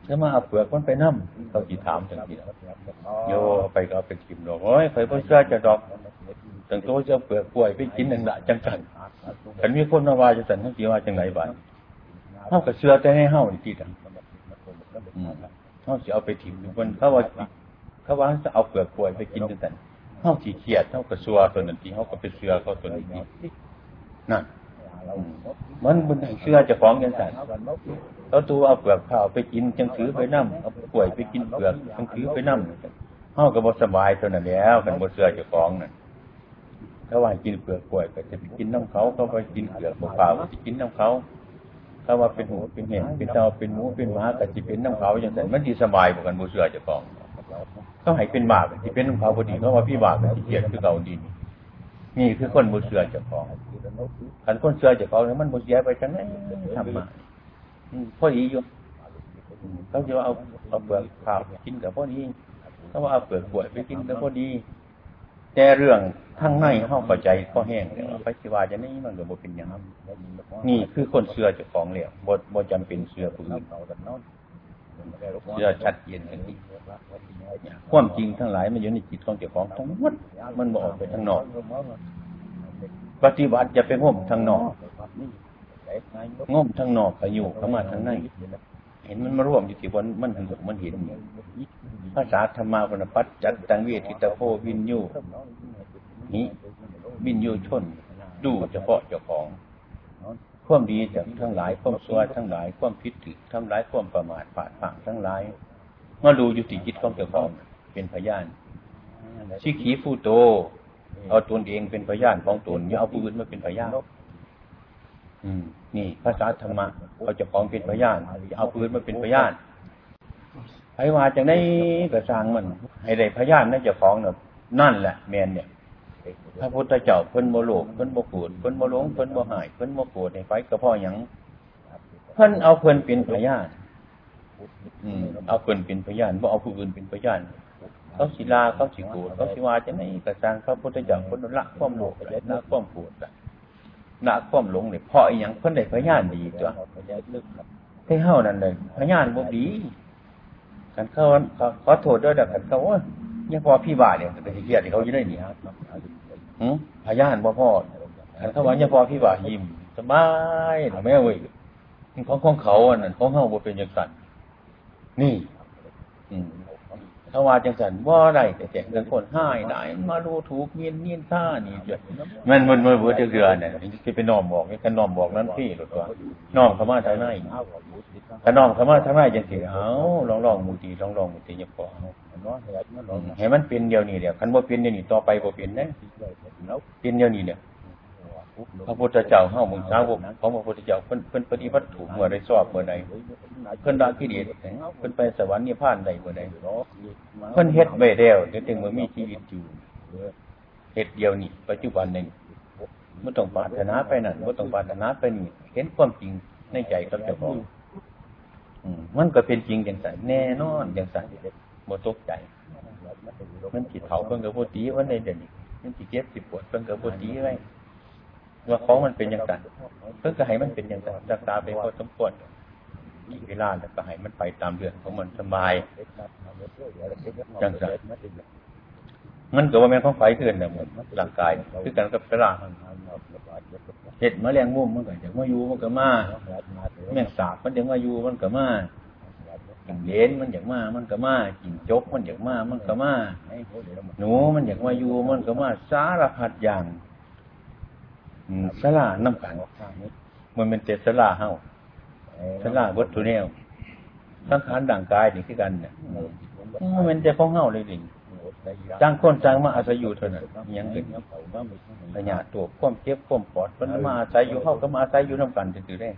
แล้วมาเอาเปลือกมันไปนำเขาสิถามจังซี่โยไปก็เอาไปกินดอกโอ้ยข่อยบ่เชื่อจะดอกตั้งโตจะเปลือกกล้วยไปกินนั่นล่ะจังซั่นคันมีคนมาว่าจังซั่นเฮาสิว่าจังไดบัดเฮาก็เชื่อแต่ให้เฮานี่ติดอ่ะอืมเฮาสิเอาไปถิ่มอยู่เพิ่นเขาว่าเขาว่าจะเอาเปลือกกล้วยไปกินจังซั่นเฮาสิเครียดเฮาก็ซัวตัวนั้นที่เฮาก็ไปเชื่อเขาตัวนี้นั่นมันบ่ได้เชื่อเจ้าของจังซั่นเขาตัวเอาเปลือกข้าวไปกินจังถือไปนำเอากล้วยไปกินเปลือกจังถือไปนำเฮาก็บ่สบายตัวนั้นแล้วคันบ่เชื่อเจ้าของนั่นเขาว่ากินเปลือกกล้วยก็จะไปกินน้ำเขาเขาไปกินเปลือกข้าวก็สิกินน้ำเขาเขาว่าเป็นหูเป็นแหงเป็นเต่าเป็นหมูเป็นหมาก็สิเป็นน้ำเขาจังซั่นมันสิสบายบ่กันบ่เชื่อเจ้าของเขาให้เป็นบาปสิเป็นน้ำเขาบ่ดีเขาว่าพี่บาปก็สิเกลียดคือเก่าดีนี่คือคนบ่เชื่อเจ้าของคันคนเชื่อเจ้าของมันบ่เสียไปจังได๋ทำมาอืมพอดีอยู่เขาสิว่าเอาเอาเปลือกข้าวกินก็พอดีเขาว่าเอาเปลือกกล้วยไปกินก็พอดีแต่เรื่องทางในเฮาเข้าใจก็แห้งแล้วว่าไปสิว่าจังได๋มันก็บ่เป็นหยังนี่คือคนเชื่อเจ้าของแล้วบ่บ่จำเป็นเชื่อผู้อื่นเชื่อชัดเจนจังซี่ความจริงทั้งหลายมันอยู่ในจิตของเจ้าของทั้งหมดมันบ่ออกไปข้างนอกปฏิบัติอย่าไปงมทางนอกงมทางนอกก็อยู่เข้ามาทางในเห็นมันมาร่วมอยู่ที่บนมันถึงมันเห็นภาษาธรรมะวรรณปัจจัตตังเวทิตาโพวินยูนี้วินยูชนดูเฉพาะเจ้าของความดีจากทั้งหลายความชั่วทั้งหลายความผิดผิดทั้งหลายความประมาทพลาดพลั้งทั้งหลายมาดูอยู่ที่จิตของเจ้าของเป็นพยานสิขีฟูโตเอาตนเองเป็นพยานของตนอย่าเอาผู้อื่นมาเป็นพยานอืมนี่ภาษาธรรมะเอาเจ้าของเป็นพยานอย่าเอาผู้อื่นมาเป็นพยานไผว่าจังได๋ก็สร้างมันให้ได้พยานในเจ้าของน่ะนั่นแหละแม่นเนี่ยพระพุทธเจ้าเพิ่นบ่โลภเพิ่นบ่โกรธเพิ่นบ่หลงเพิ่นบ่หายเพิ่นบ่โกรธให้ไผก็เพราะหยังเพิ่นเอาเพิ่นเป็นพยานอืมเอาเพิ่นเป็นพยานบ่เอาผู้อื่นเป็นพยานเขาสิลาเขาสิโกรธเขาสิว่าจังได๋ก็สร้างพระพุทธเจ้าเพิ่นละความโลภละความโกรธละความหลงนี่เพราะอีหยังเพิ่นได้พยานดีตัวแต่เฮานั่นน่ะพยานบ่ดีคันเขาขอโทษด้วยเด้อคันเขาว่ายังพอพี่บาเนี่ยก็สิเครียดที่เขาอยู่ได้นี่ฮะหึพยานบ่พอคันเขาว่ายังพอพี่บายิ้มสบายแม่เว้ยของของเขาอันนั้นของเฮาบ่เป็นจังซั่นนี่อืมเขาว่าจังซั่นบ่ได้แต่แจ้งเรื่องคนหายได้มาดูถูกเมียนเมียนท่านี่จ้ะมันมันบ่บ่เทื่อๆน่ะสิไปน้อมบอกกันน้อมบอกนั้นพี่หรอกว่าน้อมเข้ามาทางในถ้าน้อมเข้ามาทางในจังซี่เอ้าลองๆมุติลองๆมุติอย่าพอให้มันเป็นเดี๋ยวนี้เดี๋ยวคันบ่เป็นเดี๋ยวนี้ต่อไปบ่เป็นนะเป็นเดี๋ยวนี้เนี่ยพระพุทธเจ้าเฮามึงสาวกของพระพุทธเจ้าเพิ่นเพิ่นปฏิบัติถูกเมื่อใดชอบเมื่อใดเพิ่นละกิเลสเพิ่นไปสวรรค์นิพพานได้เมื่อใดเพิ่นเฮ็ดไว้แล้วจนถึงเมื่อมีชีวิตอยู่เฮ็ดเดียวนี้ปัจจุบันนี้บ่ต้องปรารถนาไปนั่นบ่ต้องปรารถนาไปนี่เห็นความจริงในใจของเจ้าของอืมมันก็เป็นจริงจังซั่นแน่นอนจังซั่นบ่ตกใจมันสิเฒ่าเพิ่นก็บ่ตีวันใดเดี๋ยวนี้มันสิเจ็บสิปวดเพิ่นก็บ่ตีไว้ว่าของมันเป็นจังซั่นเพิ่นก็ให้มันเป็นจังซั่นรักษาไปพอสมควรอีกเวลาแล้วก็ให้มันไปตามเรื่องของมันสบายจังซั่นมันก็บ่แม่นของไฟเทื่อนน่ะหมดร่างกายคือกันกับสลาเฮ็ดแมลงมุมมันก็อยากมาอยู่มันก็มาแมงสาบมันอยากมาอยู่มันก็มากินเลนมันอยากมามันก็มากินจกมันอยากมามันก็มาหนูมันอยากมาอยู่มันก็มาสารพัดอย่างอืมสลาน้ำกันมันเป็นเจตสลาเฮาสลาวัตถุแนวสังขารร่างกายนี่คือกันเนี่ยมันเป็นแต่ของเฮาเลยดิจ้างคนจ้างมาอาศัยอยู่เท่านั้นยังอื่นปัญญาตัวความเจ็บความปวดมันมาอาศัยอยู่เฮาก็มาอาศัยอยู่นำกันซื่อๆได้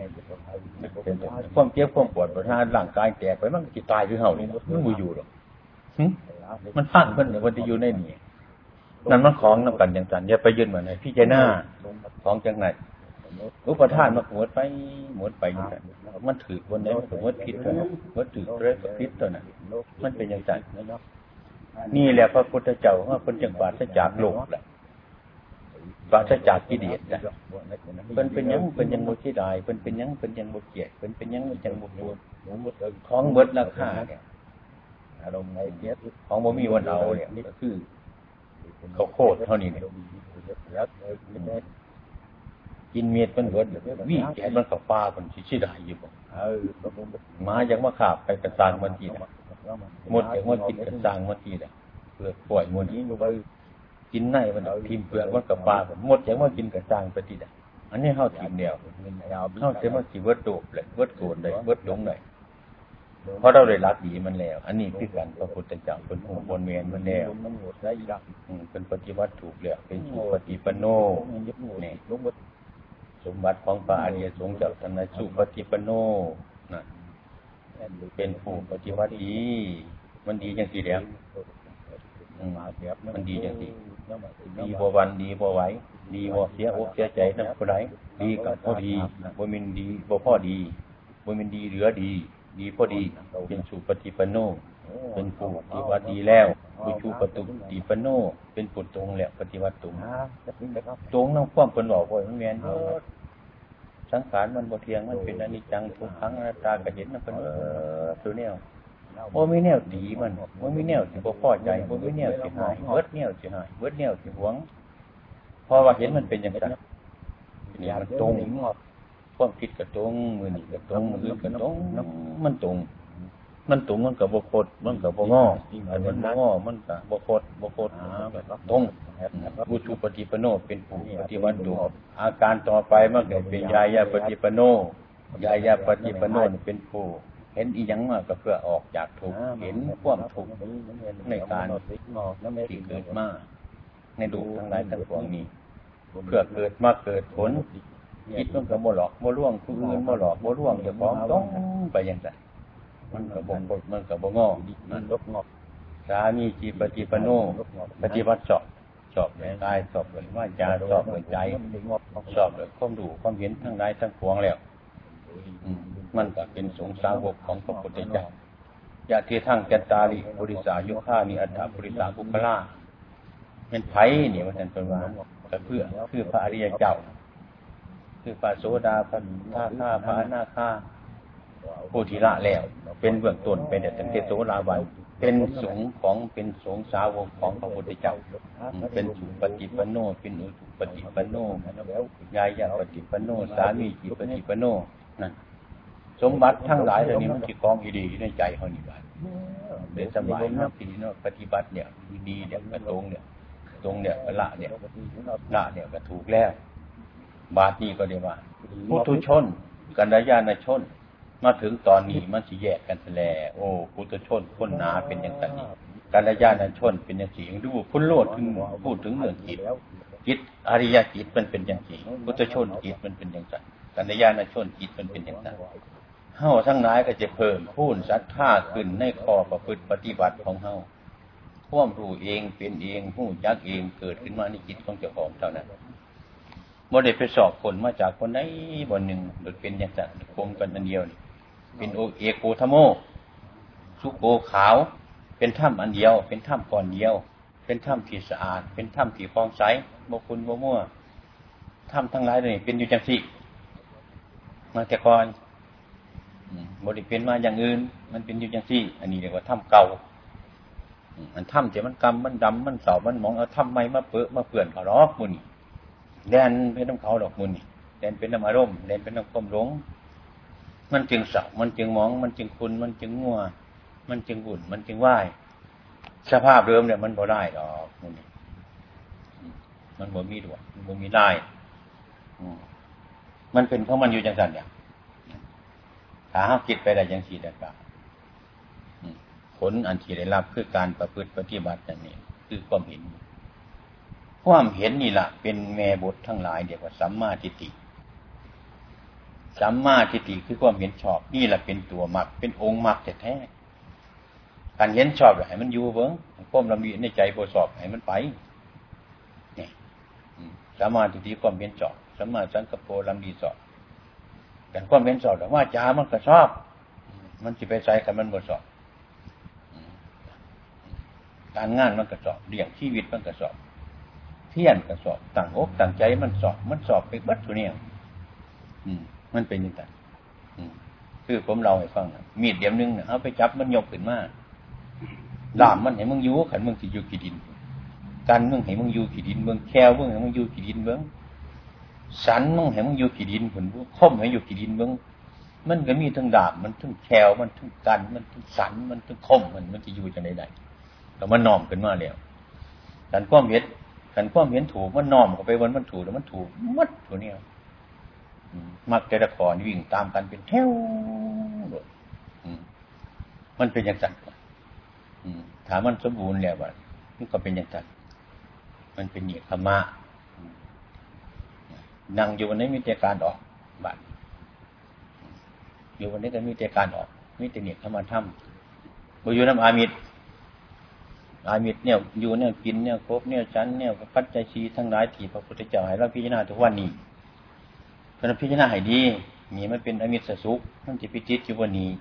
ความเจ็บความปวดประทานร่างกายแตกไปมันสิตายคือเฮานี่มันบ่อยู่หรอกหึมันฟังเพิ่นน่ะว่าสิอยู่ในนี่นั่นมันของนำกันจังซั่นอย่าไปยึดมันให้พิจารณาของจังได๋อุปทานมันหมดไปหมดไปจังซั่นมันถือคนใดมันหมดผิดเท่านั้นหมดถือเรื่องผิดเท่านั้นมันเป็นจังซั่นนี่แหละพระพุทธเจ้าว่าเพิ่นจังปราศจากโลกแหละปราศจากกิเลสนะเพิ่นเป็นหยังเพิ่นยังบ่เสียดายเพิ่นเป็นหยังเพิ่นยังบ่เกลียดเพิ่นเป็นหยังเพิ่นยังบ่โกรธของเบิดราคาเนี่ยอารมณ์ไอ้เนี้ยของบ่มีวันเอาเนี่ยก็คือข้าวโพดเท่านี้เนี่ยกินเม็ดมันเบิดวิ่งแก่มันเข้าป่าเพิ่นสิเสียดายอยู่บ่เออหมายังมาคาบไปกระสางมันทีน่ะหมดอย่างว่ากินกระสางมันทีน่ะเปลือกปล่อยมันนี้บ่กินในมันพิมพ์เปลือกมันกับปลาหมดอย่างว่ากินกระสางไปทีน่ะอันนี้เฮาทิ่มแล้วเฮาสิมาสิเบิดโดบเลยเบิดโกรธเลยเบิดหลงเลยเพราะเราได้รักดีมันแล้วอันนี้คือกันพระพุทธเจ้าเป็นผู้บนเวียนมันแล้วเป็นปฏิบัติถูกแล้วเป็นสุปฏิปันโนนี่สมบัติของพระอริยสงฆ์เจ้าท่านสุปฏิปันโนนะเป็นผู้ปฏิบัติดีมันดีจังซี่แล้วมันดีจังซี่ดีบ่วันดีบ่ไหวดีบ่เสียอกเสียใจนำผู้ใดดีก็พอดีบ่แม่นดีบ่พอดีบ่แม่นดีเหลือดีดีพอดีเป็นสุปฏิปันโนเป็นผู้ปฏิบัติดีแล้วเป็นสุปฏิปันโนเป็นผู้ตรงแล้วปฏิบัติตรงตรงนำความเพิ่นบอกว่ามันแม่นเบิดสังขารมันบ่เที่ยงมันเป็นอนิจจังทุกขังอนัตตาก็เห็นนำเพิ่นเออตัวแนวบ่มีแนวดีมันบ่มีแนวสิบ่พอใจบ่มีแนวสิหายเบิดแนวสิหายเบิดแนวสิหวงเพราะว่าเห็นมันเป็นอย่างนั้นนี่มันตรงความคิดก็ตรงมือนี่ก็ตรงมือก็ตรงมันตรงมันตรงมันก็บ่คดมันก็บ่งออันมันบ่งอมันก็บ่คดบ่คดตรงผู้สุปฏิปันโนเป็นผู้ปฏิบัติถูกอาการต่อไปมันก็เป็นญาญาปฏิปันโนญาญาปฏิปันโนเป็นผู้เห็นอีหยังมาก็เพื่อออกจากทุกข์เห็นความทุกข์ในการที่เกิดมาในโลกทั้งหลายทั้งปวงนี้เพื่อเกิดมาเกิดผลคิดมันก็บ่หลอกบ่ล่วงผู้อื่นบ่หลอกบ่ล่วงเจ้าของต้องไปอย่างนั้นมันก็บ่กดมันก็บ่งอมันลบงอสามีจิปฏิปันโนปฏิบัติชอบชอบด้วยกายชอบด้วยวาจาชอบด้วยใจชอบด้วยความรู้ความเห็นทั้งหลายทั้งปวงแล้วมันก็เป็นสงฆ์สาวกของพระพุทธเจ้าญาติทั้งจัตตาริปุริสายุคานิอัตถปุริสาภุคลาเป็นไผนี่ว่าท่านเป็นว่าก็เพื่อคือพระอริยเจ้าคือพระโสดาพระท่าข้าพระอนาคาผู้ที่ละแล้วเป็นเบื้องต้นเป็นแต่ตั้งแต่โสดาบันเป็นสงฆ์ของเป็นสงฆ์สาวกของพระพุทธเจ้าเป็นสุปฏิปันโนเป็นอุตุปฏิปันโนญาญาปฏิปันโนสามีจิปฏิปันโนนั่นสมบัติทั้งหลายเหล่านี้มันสิกองอยู่ดีในใจเฮานี่บาดเดี๋ยวสบายนะพี่น้องปฏิบัติเนี่ยดีเนี่ยก็ตรงเนี่ยตรงเนี่ยละเนี่ยละเนี่ยก็ถูกแล้วบาดนี้ก็ได้ว่าปุถุชนกัลยาณชนมาถึงตอนนี้มันสิแยกกันแลโอ้ปุถุชนคนหนาเป็นอย่างนี้กัลยาณชนเป็นอย่างนี้ดูคุณโลดถึงพูดถึงเรื่องจิตจิตอริยจิตมันเป็นอย่างนี้ปุถุชนจิตมันเป็นอย่างนั้นกัลยาณชนจิตมันเป็นอย่างนั้นเฮาทั้งหลายก็จะเพิ่มพูนศรัทธาขึ้นในข้อประพฤติปฏิบัติของเฮาความรู้เองเป็นเองรู้จักเองเกิดขึ้นมาในจิตของเจ้าของเท่านั้นบ่ได้ไปสอบผลมาจากคนใดบ่หนึ่งโดยเป็นอย่างนั้นคงกันอันเดียวนี่เป็นโอเอโกธโมสุโกขาวเป็นถ้ำอันเดียวเป็นถ้ำก้อนเดียวเป็นถ้ำที่สะอาดเป็นถ้ำที่ฟองใสบ่คุณบ่มั่วถ้ำทั้งหลายนี่เป็นอยู่จังซี่มาแต่ก่อนบ่ได้เป็นมาอย่างอื่นมันเป็นอยู่จังซี่อันนี้เรียกว่าถ้ำเก่ามันถ้ำที่มันกำมันดำมันเสามันหมองเอาถ้ำใหม่มาเปื้อมาเปื้อนเขาหรอกมื้อนี้แดนเป็นน้ำเขาดอกมื้อนี้แดนเป็นน้ำอารมณ์แดนเป็นน้ำความหลงมันจึงเสามันจึงหมองมันจึงคุณมันจึงงัวมันจึงบุ่นมันจึงว่ายสภาพเดิมเนี่ยมันบ่ได้ดอกมื้อนี้มันบ่มีดวงมันบ่มีลายมันเป็นของมันอยู่จังซั่นเนี่ยถ้าเฮาคิดไปได้จังซี่ได้ก็ผลอันที่ได้รับคือการประพฤติปฏิบัติอย่างนี้คือความเห็นความเห็นนี่ล่ะเป็นแม่บททั้งหลายเรียกว่าสัมมาทิฏฐิสัมมาทิฏฐิคือความเห็นชอบนี่ล่ะเป็นตัวมรรคเป็นองค์มรรคแท้ๆการเห็นชอบให้มันอยู่เบิ่งความลำดีในใจบ่ชอบให้มันไปนี่สัมมาทิฏฐิความเห็นชอบสัมมาสังกัปโปลำดีชอบแต่ความเห็นชอบว่าจามันก็ชอบมันสิไปใส่กันมันบ่ชอบการงานมันก็ชอบเลี้ยงชีวิตมันก็ชอบเพี้ยนก็สอบตั้งอกตั้งใจมันสอบมันสอบไปเบิดตัวเนี่ยอืมมันเป็นอย่างไรอืมคือผมเล่าให้ฟังนะมีดเดียมนึงเนี่ยเอาไปจับมันยกขึ้นมาล่ามมันให้มึงอยู่ขันมึงสิอยู่กี่ดินกันมึงให้มึงอยู่กี่ดินเมืองแควมึงให้มึงอยู่กี่ดินเมืองสันมึงให้มึงอยู่กี่ดินผลคมให้อยู่กี่ดินเมืองมันก็มีทั้งดาบมันทั้งแควมันทั้งกันมันทั้งสันมันทั้งคมมันมันจะอยู่จังได๋ได้แต่มันน้อมขึ้นมาแล้วกันความเห็นกันความเห็นถูกมันน้อมเข้าไปวันมันถูกแล้วมันถูกมัดตัวเนี้ยมักแต่ละขอนี่วิ่งตามกันเป็นแถวมันเป็นอย่างนั้นถามมันสมบูรณ์แล้วว่ามันก็เป็นอย่างนั้นมันเป็นเนคขมะนั่งอยู่วันนี้มีแต่การออกบัตรอยู่วันนี้ก็มีแต่การออกมีแต่เนคขมะธรรมบ่อยู่น้ำอามิตรอามิตรเนี่ยอยู่เนี่ยกินเนี่ยครบเนี่ยชั้นเนี่ยปัจจัยชีทั้งหลายที่พระพุทธเจ้าให้เราพิจารณาทุกวันนี้เพราะนั้นพิจารณาให้ดีนี่มันเป็นอมิตรสุขมันจะพิจิตรอยู่วันนี้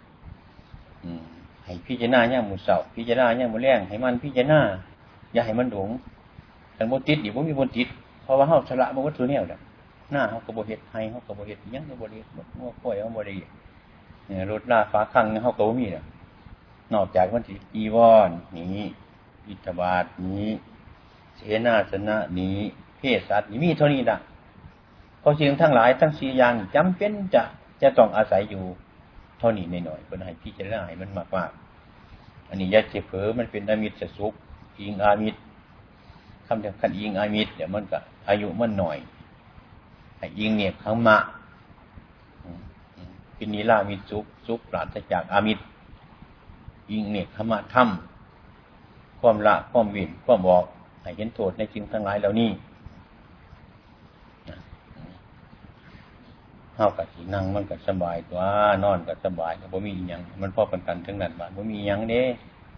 ให้พิจารณาเนี่ยหมู่เสาพิจารณาเนี่ยหมู่แรงให้มันพิจารณาอย่าให้มันหลงแต่บ่ติดอยู่บ่มีบ่ติดเพราะว่าเฮาสละบ่วัตถุแนวดอกหน้าเฮาก็บ่เฮ็ดให้เฮาก็บ่เฮ็ดหยังก็บ่ได้หมดงัวข้อยเฮาบ่ได้เนี่ยรถลาฟ้าคั่งเฮาก็บ่มีดอกนอกจากมันสิจีวรนี้บิณฑบาตนี้เสนาสนะนี้เภสัชนี้มีเท่านี้ล่ะเพราะสิ่งทั้งหลายทั้งสี่อย่างจำเป็นจะจะต้องอาศัยอยู่เท่านี้หน่อยๆเพิ่นให้พิจารณาให้มันมากๆอันนี้อย่าสิเผลอมันเป็นอมิตรสุขอิงอามิตรคำที่คันอิงอามิตรเนี่ยมันก็อายุมันน้อยให้อิงเนี่ยขังมะเป็นนิรามิตสุขสุขปราศจากอามิตรอิงเนี่ยขมะธรรมความละความเว้นความบอกให้เห็นโทษในสิ่งทั้งหลายเหล่านี้เฮาก็สินั่งมันก็สบายตัวนอนก็สบายก็บ่มีอีหยังมันพอกันกันทั้งนั้นบาดบ่มีหยังเด้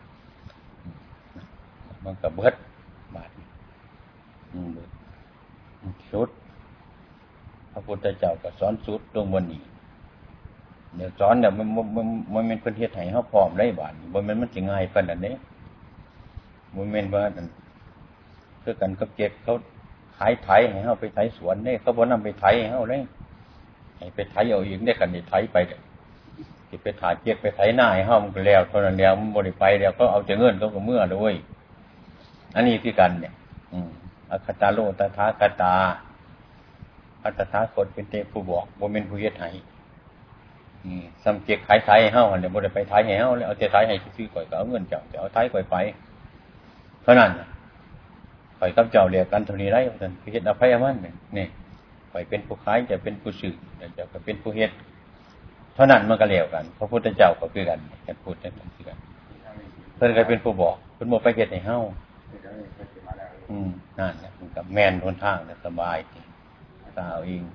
มันก็เบิดบาดอืมสุดพระพุทธเจ้าก็สอนสุดตรงบนนี้เดี๋ยวสอนเนี่ยมันมันมันเป็นเพิ่นเฮ็ดให้เฮาพร้อมได้บาดบ่แม่นมันสิง่ายปานนั้นเด้บ่แม่นว่านั่นคือกันกับเก็บเขาขายไถให้เฮาไปไถสวนเด้เขาบ่นำไปไถให้เฮาเลยให้ไปไถเอาเองได้กันนี่ไถไปสิไปถ่ายเก็บไปไถหน้าให้เฮามันก็แล้วเท่านั้นแล้วมันบ่ได้ไปแล้วก็เอาแต่เงินเขาก็เมื่อเลยเว้ยอันนี้คือกันเนี่ยอืมอคตาโลตถาคตาพระตถาคตเป็นเตผู้บอกบ่แม่นผู้เฮ็ดให้อืมสำเก็บขายไถให้เฮาเนี่ยบ่ได้ไปไถให้เฮาแล้วเอาแต่ไถให้ซื่อๆก่อยก็เอาเงินเจ้าแต่เอาไถก่อยไปเท่านั้นข่อยกับเจ้าเรียกกันเท่านี้ได้ว่าซั่นเฮ็ดอภัยมันนี่ข่อยเป็นผู้ขายจะเป็นผู้ซื้อแต่เจ้าก็เป็นผู้เฮ็ดเท่านั้นมันก็แล้วกันพระพุทธเจ้าก็คือกันกันพูดกันคือกันเพิ่นก็เป็นผู้บอกเพิ่นบ่ไปเฮ็ดให้เฮาอืมนั่นน่ะมันก็แม่นหนทางสบายตาเอาเอง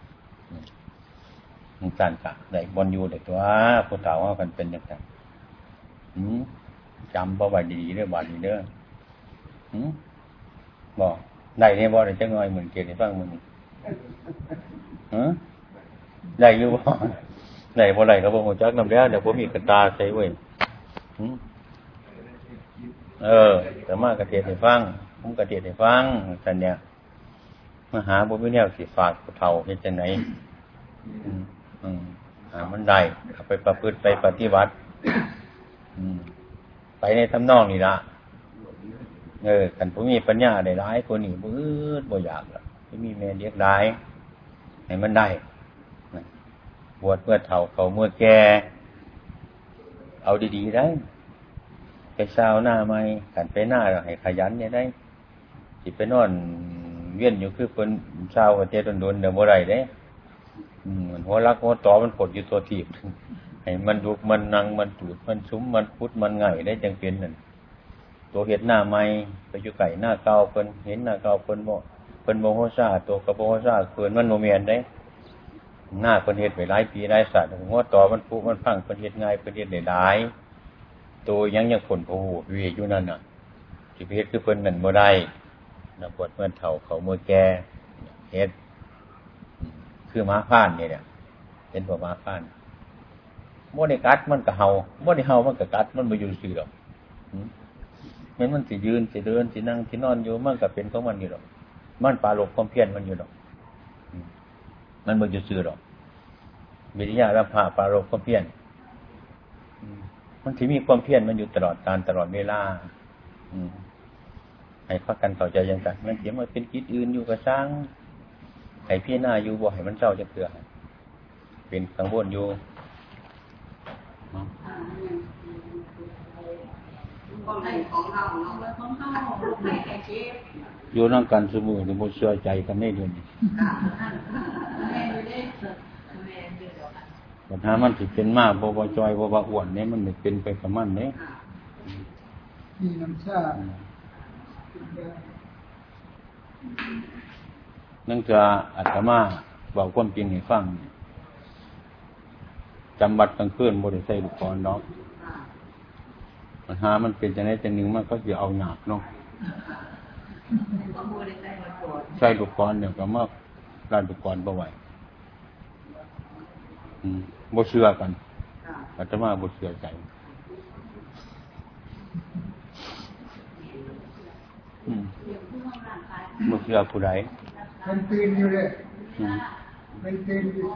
มันสั่นกะได้บ่อยู่ได้ตัวผู้เฒ่าเฮากันเป็นจังซั่นหืมจำบ่ไว้ดีๆเด้อบาดนี้เด้อหืมบ่ได้แน่บ่ได้จักหน่อยเหมือนเกียรติให้ฟังมื้อนี้ฮะได้อยู่บ่ได้บ่ได้ก็บ่ฮู้จักนำแล้วเดี๋ยวผมมีกระตาใส่เว้ยหืมเออแต่มากระเทศให้ฟังผมกระเทศให้ฟังซั่นเนี่ยมหาบ่มีแนวสิฝากผู้เฒ่าเฮ็ดจังได๋อืมอืมหามันได้เอาไปประพฤติไปปฏิบัติอืมไปในทำนองนี้ล่ะเออคันผู้มีปัญญาได้หลายคนนี่บ่อึดบ่อยากล่ะสิมีแม่เลี้ยงหลายให้มันได้บวชเมื่อเฒ่าเขาเมื่อแก่เอาดีๆได้ไปซาวหน้าใหม่กันไปหน้าแล้วให้ขยันเนี่ยได้สิไปนอนเวียนอยู่คือเพิ่นซาวก็แต่โดนๆเดี๋ยวบ่ได้เด้อืมมันหัวรักหัวตอมันปดอยู่ตัวทีบให้มันดุมันนั่งมันตูดมันซุ้มมันพุดมันไงได้จังเป็นนั่นตัวเฮ็ดหน้าใหม่ไปอยู่ไกลหน้าเก่าเพิ่นเห็นหน้าเก่าเพิ่นบ่เพิ่นบ่ฮู้ซ่าตัวก็บ่ฮู้ซ่าเพิ่นมันบ่แม่นเด้หน้าเพิ่นเฮ็ดไว้หลายปีหลายชาติหัวตอมันพุมันพังเพิ่นเฮ็ดง่ายเพิ่นเฮ็ดได้หลายตัวยังยังผลบ่ฮู้เวอยู่นั่นน่ะสิไปเฮ็ดคือเพิ่นนั่นบ่ได้นะปวดเมื่อเฒ่าเขาเมื่อแก่เฮ็ดคือม้าพานนี่เนี่ยเป็นพวกม้าพานบ่ได้กัดมันก็เห่าบ่ได้เห่ามันก็กัดมันบ่อยู่ซื่อดอกแม้มันสิยืนสิเดินสินั่งสินอนอยู่มันก็เป็นของมันอยู่หรอกมันปราลบความเพียรมันอยู่หรอกมันบ่อยู่ซื่อหรอกวิริยะรับภาปรารภความเพียรมันสิมีความเพียรมันอยู่ตลอดการตลอดเวลาให้พักกันเข้าใจอย่างนั้นมันเสียมาเป็นกิจอื่นอยู่กับสร้างให้พี่หน้าอยู่บ่ให้มันเศร้าจะเถื่อเป็นกังวลอยู่อยู่นั่งกันสมุนในโมเชื่อใจกันได้เดือนนี้ปัญหามันสิเป็นมากบ่บ่จอยบ่บ่อ้วนเนี่ยมันไม่เป็นไปกับมันเนี่ย
มีน้ำชา
นั่นจะอาตมาบอกความจริงให้ฟังจำวัดกลางคืนบ่ได้ใส่ลูกกลอนเนาะปัญหามันเป็นจังได๋จังหนึ่งมันก็สิเอาหนักเนาะใส่ลูกกลอนเนี่ยก็มาร้านลูกกลอนบ่ไหวอืมบ่เชื่อกันอาตมาบ่เชื่อใจอืมบ่เชื่อผู้ใด
มันตื่นอยู่เลยมันตื่นอยู่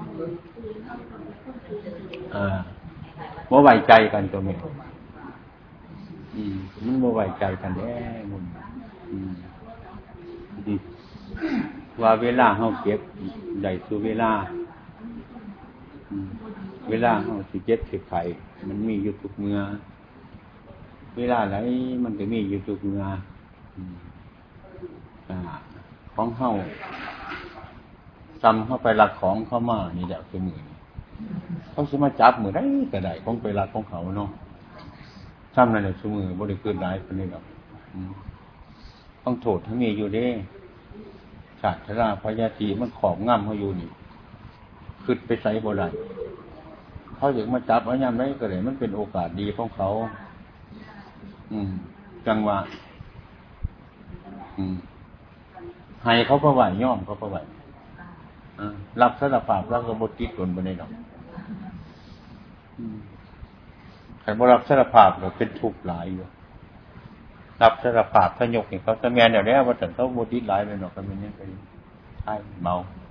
อ่าบ่ไว้ใจกันตัวแม่อืมมันบ่ไว้ใจกันแท้มุ่นอืมว่าเวลาเฮาเก็บได้สู่เวลาอืมเวลาเฮาสิเจ็บสิไข้มันมีอยู่ทุกเมื่อเวลาไหนมันก็มีอยู่ทุกเมื่ออืมอ่าของเฮาซ้ำเข้าไปรักของเข้ามานี่แหละคือมือเขาสิมาจับมือได้ก็ได้ของไปรักของเขาเนาะซ้ำนั่นแหละคือมือบ่ได้เกินหลายปานนี้ดอกอืมต้องโทษทั้งนี้อยู่เด้ชาติชราพยาธิมันขอบงำเฮาอยู่นี่คิดไปไสบ่ได้เขาอยากมาจับเอายามใดก็ได้มันเป็นโอกาสดีของเขาอืมจังว่าอืมให้เขาก็ไหวยอมเขาก็ไหวรับสารภาพแล้วก็บ่ติดตนบ่ได้ดอกใครบ่รับสารภาพก็เป็นทุกข์หลายอยู่รับสารภาพถ้ายกให้เขาซะแม่นแล้วแหละว่าซั่นเขาบ่ติดหลายเลยเนาะก็เป็นจังได๋ใช่เมา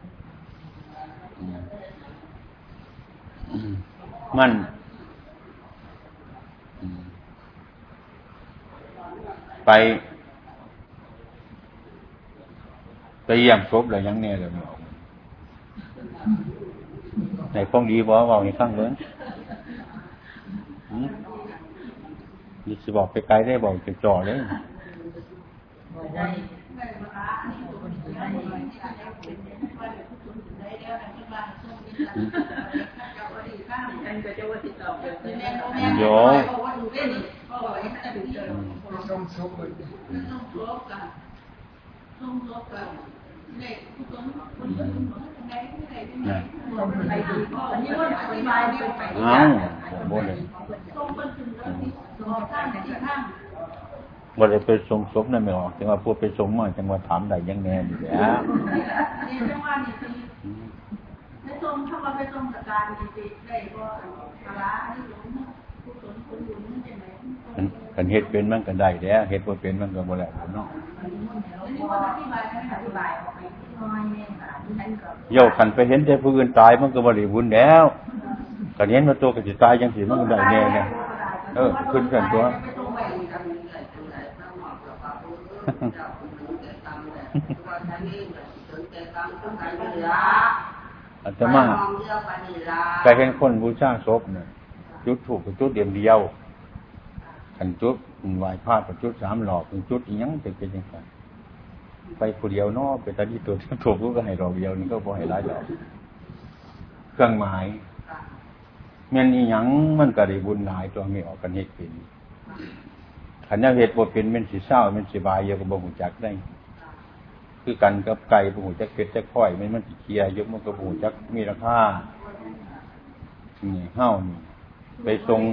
อืมมันไปไปเยี่ยมศพแล้วยังแน่เลยเนาะไหนคงดีบ่เว้าให้ฟังเบิ่งหือนี่สิบอกไปไกลได้บอกจะจ่อเลยโย
ต้องชกเลย
อ้าวบ่เลยบ่ได้ไปส่งศพนั่นไม่ออกจังว่าพวกไปส่งมาจังว่าถามได้ยังแน่อยู่แล้วนี่จังว่านี่สิไปส่งถ้าว่าไปส่งสการนี่สิได้บ่ภาระนี่หลวงผู้สนคนอยู่มันจังได๋คันเฮ็ดเป็นมันก็ได้แล้วเฮ็ดบ่เป็นมันก็บ่ได้เนาะโยกขันไปเห็นแต่ผู้อื่นตายมันก็บ่ได้บุญแล้วก็เห็นว่าตัวก็สิตายจังซี่มันก็ได้แน่แน่เออขึ้นกันตัวอาตมาก็เห็นคนบูชาศพน่ะจุดธูปจุดเดียวเดียวคันจุดไหว้พระก็จุดสามหลอกจุดอีหยังเป็นเป็นจังซั่นไปผู้เดียวเนาะไปตาที่ตัวถูกก็ให้ดอกเดียวนี่ก็บ่ให้หลายดอกเครื่องหมายแม่นอีหยังมันก็ได้บุญหลายตัวไม่ออกกันเฮ็ดเป็นคันเฮ็ดบ่เป็นมันสิเศร้ามันสิบายอยู่ก็บ่ฮู้จักได้คือกันกับไก่บ่ฮู้จักเป็ดจักข้อยมันมันสิเคลียร์ยกมันก็บ่ฮู้จักมีราคานี่เฮานี่ไปทรง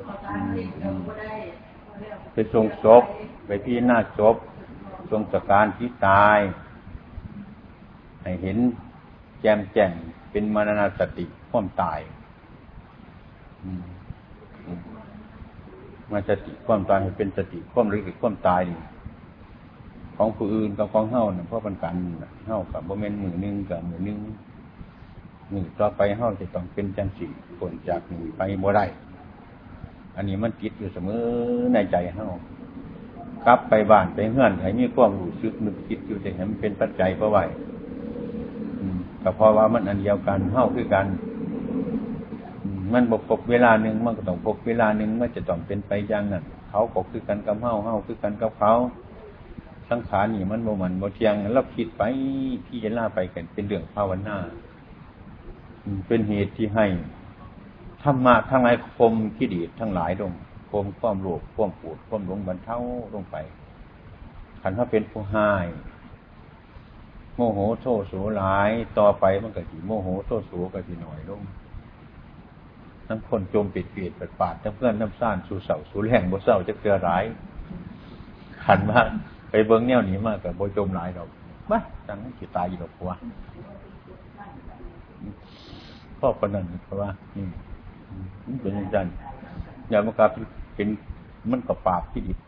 ไปทรงศพไปพิจารณาศพทรงสการที่ตายให้เห็นแจ่มแจ้งเป็นมรณสติความตายมาสติความตายให้เป็นสติความรู้สึกความตายนี่ของผู้อื่นกับของเฮาน่ะเพราะมันกันเฮากับบ่แม่นมือนึงกับมือนึงมือต่อไปเฮาจะต้องเป็นจังซี่พ้นจากนี้ไปบ่ได้อันนี้มันติดอยู่เสมอในใจเฮากลับไปบ้านไปเฮือนให้มีความรู้สึกนึกคิดอยู่แต่ให้มันเป็นปัจจัยเพราะไว้อืมก็เพราะว่ามันอันเดียวกันเฮาคือกันมันบ่ครบเวลานึงมันก็ต้องครบเวลานึงมันจะต้องเป็นไปอย่างนั้นเขาก็คือกันกับเฮาเฮาคือกันกับเขาสังขารนี่มันบ่มันบ่เที่ยงเราคิดไปพิจารณาไปกันเป็นเรื่องภาวนาเป็นเหตุที่ให้ธรรมะทั้งหลายคมกิเลสทั้งหลายลงคมความโลภความโกรธความหลงบรรเทาลงไปคันถ้าเป็นผู้ให้โมโหโทโสหลายต่อไปมันก็สิโมโหโทโสก็สิน้อยลงทั้งคนจมปิดเปียดปัดปาดทั้งเพื่อนน้ำซ่านสู่เสาสู่แหล่งบ่เศร้าจะเกลือหลายขันมาไปเบิ่งแนวนี้มากกับบ่จมหลายดอกมาจังสิตายอยู่ดอกผัวพ่อคนนั้นเพราะว่านี่มันเป็นอย่างนั้นอย่ามันก็เป็นมันก็ปราบที่ดิบ